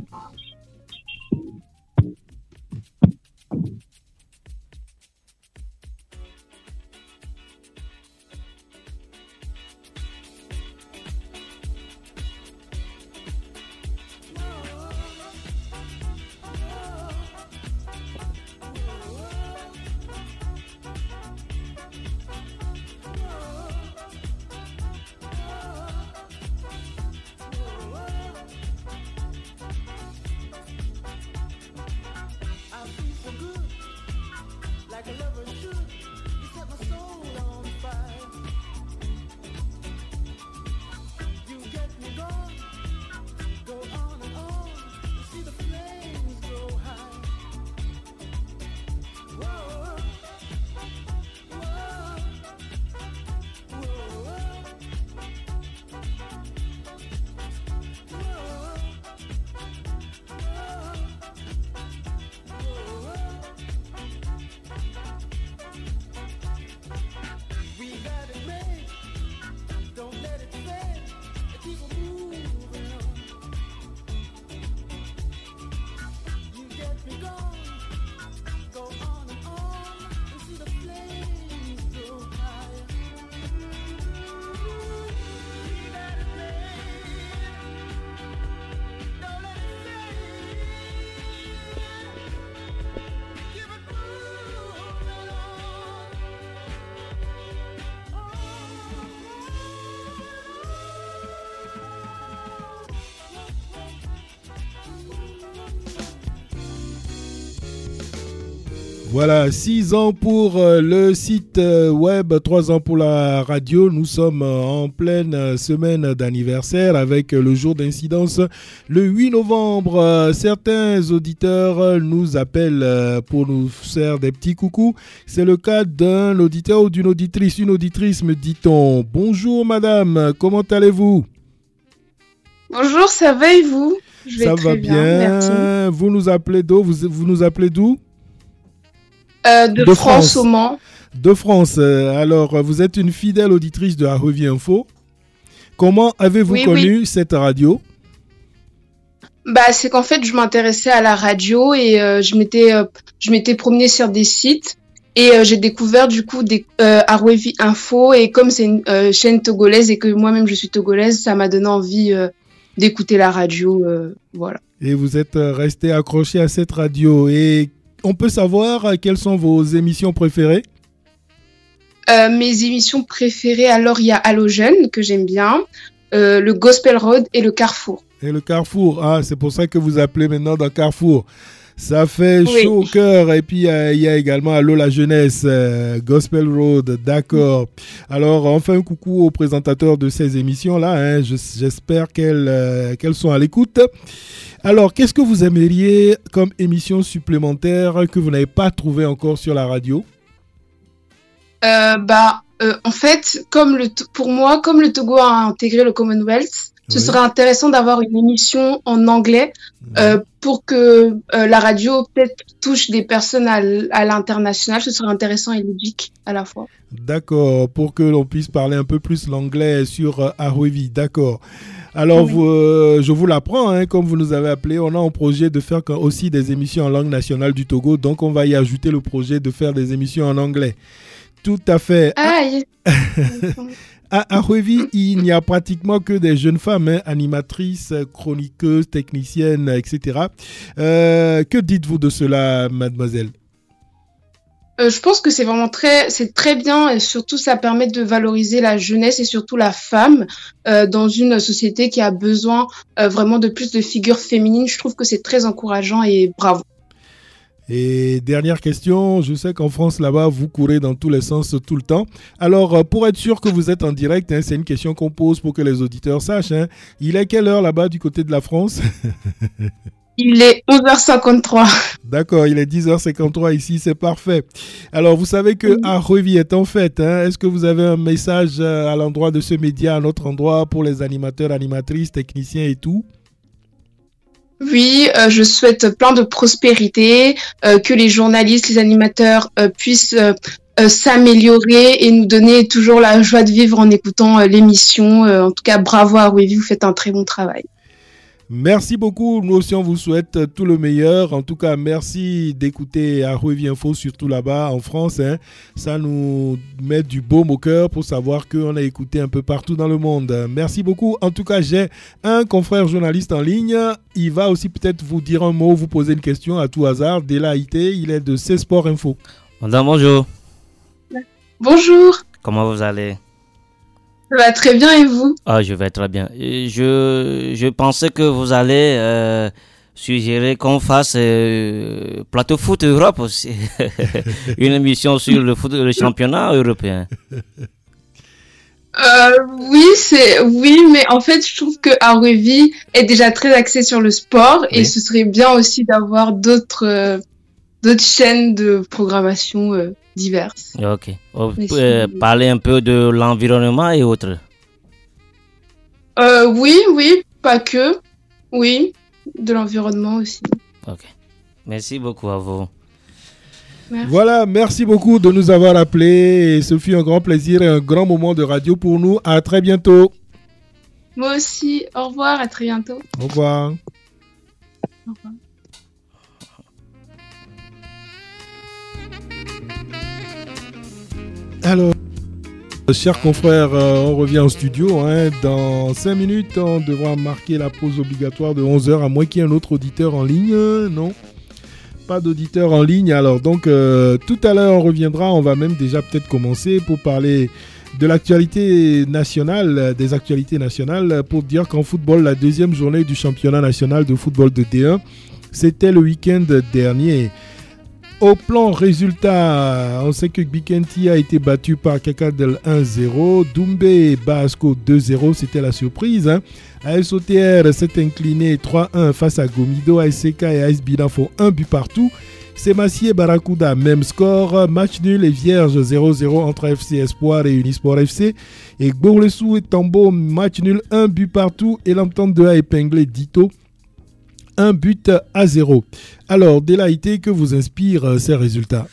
Voilà, six ans pour euh, le site euh, web, trois ans pour la radio. Nous sommes euh, en pleine euh, semaine d'anniversaire avec euh, le jour d'incidence le huit novembre. Euh, certains auditeurs euh, nous appellent euh, pour nous faire des petits coucous. C'est le cas d'un auditeur ou d'une auditrice. Une auditrice, me dit-on. Bonjour madame, comment allez-vous? Bonjour, ça va et vous? Je vais Ça très va bien, bien. merci. Vous nous appelez d'où? vous, vous nous appelez d'où? Euh, de, De France, France. au Mans. De France. Euh, Alors, euh, vous êtes une fidèle auditrice de la revue Info. Comment avez-vous Oui, connu oui. cette radio? Bah, c'est qu'en fait, je m'intéressais à la radio et euh, je m'étais, euh, je m'étais promenée sur des sites et euh, j'ai découvert du coup des euh, Arwevi Info, et comme c'est une euh, chaîne togolaise et que moi-même je suis togolaise, ça m'a donné envie euh, d'écouter la radio. Euh, voilà. Et vous êtes euh, resté accroché à cette radio. Et on peut savoir euh, quelles sont vos émissions préférées? Euh, mes émissions préférées, alors il y a Halogène que j'aime bien, euh, le Gospel Road et le Carrefour. Et le Carrefour, ah, c'est pour ça que vous appelez maintenant dans Carrefour. Ça fait Oui. chaud au cœur. Et puis, euh, il y a également Allô la jeunesse, euh, Gospel Road, d'accord. Alors, enfin, coucou aux présentateurs de ces émissions-là. Hein. Je- J'espère qu'elles euh, qu'elles sont à l'écoute. Alors, qu'est-ce que vous aimeriez comme émission supplémentaire que vous n'avez pas trouvé encore sur la radio? Euh, bah, euh, en fait, comme le T- pour moi, comme le Togo a intégré le Commonwealth, ce Oui. serait intéressant d'avoir une émission en anglais euh, pour que euh, la radio peut-être touche des personnes à, l- à l'international. Ce serait intéressant et logique à la fois. D'accord, pour que l'on puisse parler un peu plus l'anglais sur euh, Arwevi, d'accord. Alors, Oui. vous, euh, je vous l'apprends, hein, comme vous nous avez appelé, on a en projet de faire quand- aussi des émissions en langue nationale du Togo, donc on va y ajouter le projet de faire des émissions en anglais. Tout à fait. Ah, yes. À Arwevi, il n'y a pratiquement que des jeunes femmes, hein, animatrices, chroniqueuses, techniciennes, et cetera. Euh, que dites-vous de cela, mademoiselle? Euh, je pense que c'est vraiment très, c'est très bien, et surtout ça permet de valoriser la jeunesse et surtout la femme euh, dans une société qui a besoin euh, vraiment de plus de figures féminines. Je trouve que c'est très encourageant et bravo. Et dernière question, je sais qu'en France, là-bas, vous courez dans tous les sens tout le temps. Alors, euh, pour être sûr que vous êtes en direct, hein, c'est une question qu'on pose pour que les auditeurs sachent. Hein. Il est quelle heure là-bas du côté de la France? Il est onze heures cinquante-trois. D'accord, il est dix heures cinquante-trois ici, c'est parfait. Alors, vous savez que Arwevi est en fête. Hein. Est-ce que vous avez un message euh, à l'endroit de ce média, à notre endroit, pour les animateurs, animatrices, techniciens et tout? Oui, euh, je souhaite plein de prospérité, euh, que les journalistes, les animateurs euh, puissent euh, euh, s'améliorer et nous donner toujours la joie de vivre en écoutant euh, l'émission. Euh, en tout cas, bravo à Arwevi, vous faites un très bon travail. Merci beaucoup. Nous aussi, on vous souhaite tout le meilleur. En tout cas, merci d'écouter Arwevi Info, surtout là-bas en France. Hein. Ça nous met du baume au cœur pour savoir qu'on a écouté un peu partout dans le monde. Merci beaucoup. En tout cas, j'ai un confrère journaliste en ligne. Il va aussi peut-être vous dire un mot, vous poser une question à tout hasard. Dela Haïté, il est de C Sport Info. Madame, bonjour. Bonjour, Comment vous allez? ça va très bien et vous? Ah, je vais très bien. Et Je, je pensais que vous allez euh, suggérer qu'on fasse euh, Plateau Foot Europe aussi. Une émission sur le, foot, le championnat européen. Euh, oui, c'est oui, mais en fait, je trouve que Arwevi est déjà très axé sur le sport et Oui. ce serait bien aussi d'avoir d'autres euh, d'autres chaînes de programmation euh, diverses. Ok. Vous Mais pouvez si- parler un peu de l'environnement et autres. Euh, oui, oui, pas que, oui, de l'environnement aussi. Ok. Merci beaucoup à vous. Merci. Voilà, merci beaucoup de nous avoir appelés. Et ce fut un grand plaisir et un grand moment de radio pour nous. À très bientôt. Moi aussi. Au revoir, à très bientôt. Au revoir. Au revoir. Alors, chers confrères, euh, on revient en studio. Hein. Dans cinq minutes, on devra marquer la pause obligatoire de onze heures, à moins qu'il y ait un autre auditeur en ligne. Non, pas d'auditeur en ligne. Alors, donc, euh, tout à l'heure, on reviendra. On va même déjà peut-être commencer pour parler de l'actualité nationale, des actualités nationales, pour dire qu'en football, la deuxième journée du championnat national de football de D un, c'était le week-end dernier. Au plan résultat, on sait que Bikenti a été battu par Kakadel un zéro. Doumbé bat Asco deux zéro, c'était la surprise. Hein. A S O T R s'est incliné trois un face à Gomido. A S C K et A S Bina font un but partout. Sémassi et Barracuda, même score. Match nul et vierge zéro zéro entre F C Espoir et Unisport F C. Et Gbourlessou et Tambo, match nul, un but partout. Et l'entente de A épinglé Dito, un but à zéro. Alors, Delaïté, que vous inspirent euh, ces résultats?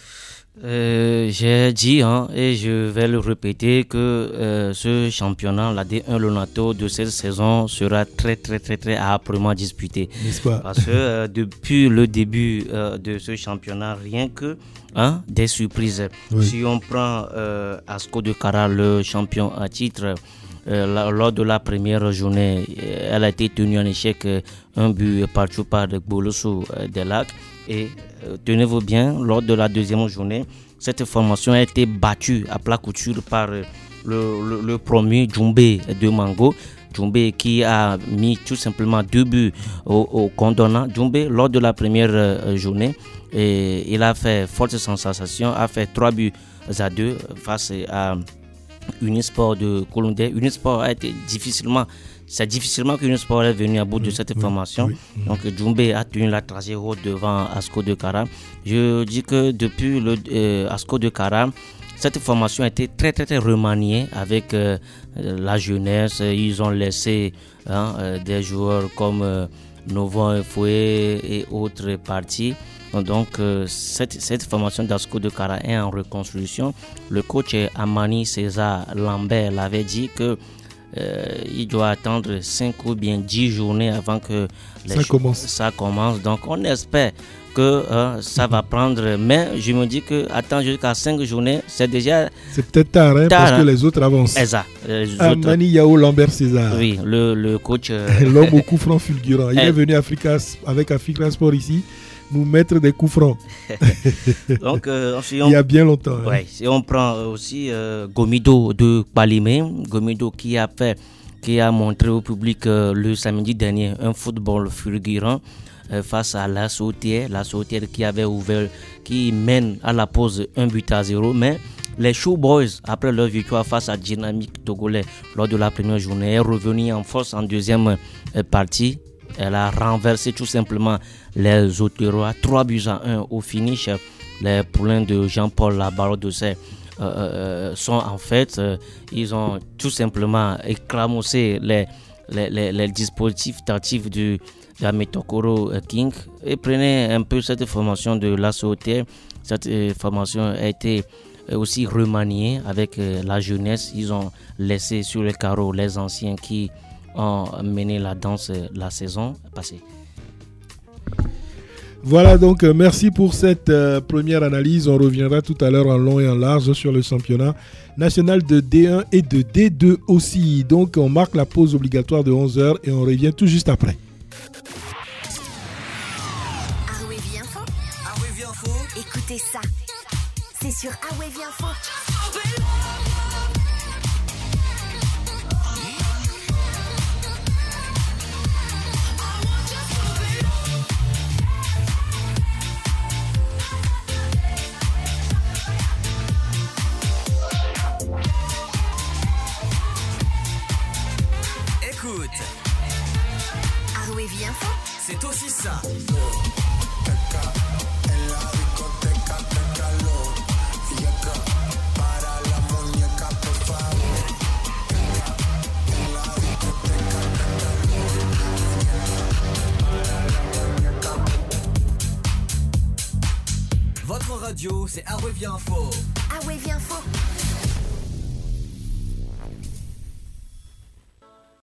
Euh, j'ai dit hein, et je vais le répéter que euh, ce championnat, la D un Lonato de cette saison sera très très très très âprement disputé. N'est-ce pas? Parce que euh, depuis le début euh, de ce championnat, rien que hein, des surprises. Oui. Si on prend euh, Asco de Kara, le champion à titre, euh, la, lors de la première journée, elle a été tenue en échec, euh, un but partout par Bolosso euh, des Lacs. Et euh, tenez-vous bien, lors de la deuxième journée, cette formation a été battue à plat couture par euh, le, le, le premier Djoumbé de Mango. Djoumbé qui a mis tout simplement deux buts au, au condonnant. Djoumbé, lors de la première euh, journée, et, il a fait forte sensation, a fait trois buts à deux face à Unisport de Colombie. Unisport a été difficilement... C'est difficilement qu'Unisport est venu à bout de cette oui, formation. Oui, oui. Donc Djoumbé a tenu la trajectoire haute devant Asco de Kara. Je dis que depuis le euh, Asco de Kara, cette formation a été très très très remaniée avec euh, la jeunesse. Ils ont laissé hein, euh, des joueurs comme euh, Novon Foué et autres parties. Donc euh, cette, cette formation d'Asco de Kara est en reconstruction. Le coach Amani César Lambert l'avait dit que Euh, il doit attendre cinq ou bien dix journées avant que les ça, cho- commence. ça commence. Donc on espère que euh, ça va prendre. Mais je me dis que attendre jusqu'à cinq journées, c'est déjà. C'est peut-être tard, hein, tard parce hein. que les autres avancent. Exact. Les ah, autres... Mani Yao Lambert César. Oui, le, le coach. Euh... L'homme au coup franc fulgurant. Il est venu Africa, avec Africa Sport ici nous mettre des coups francs. Donc, euh, si on, il y a bien longtemps. Ouais, hein. Si on prend aussi euh, Gomido de Palimé, Gomido qui a fait, qui a montré au public euh, le samedi dernier un football fulgurant euh, face à la Sautière, la Sautière qui avait ouvert, qui mène à la pause un but à zéro, mais les Showboys, après leur victoire face à Dynamique Togolais lors de la première journée, est revenue en force en deuxième euh, partie. Elle a renversé tout simplement les Auterois, trois buts à un au finish. Les poulains de Jean-Paul Labarre de Serre euh, euh, sont en fait, euh, ils ont tout simplement écramoussé les, les, les, les dispositifs tactifs de, de la Metokoro King. Et prenez un peu cette formation de la S O T. Cette euh, formation a été aussi remaniée avec euh, la jeunesse. Ils ont laissé sur les carreaux les anciens qui ont mené la danse la saison passée. Voilà donc euh, merci pour cette euh, première analyse. On reviendra tout à l'heure en long et en large sur le championnat national de D un et de D deux aussi. Donc on marque la pause obligatoire de onze heures et on revient tout juste après. Awevi Info. Awevi Info. Écoutez ça. C'est sur Awevi Info. Awevi Info, c'est aussi ça. Votre radio, c'est Awevi Info. Awevi Info.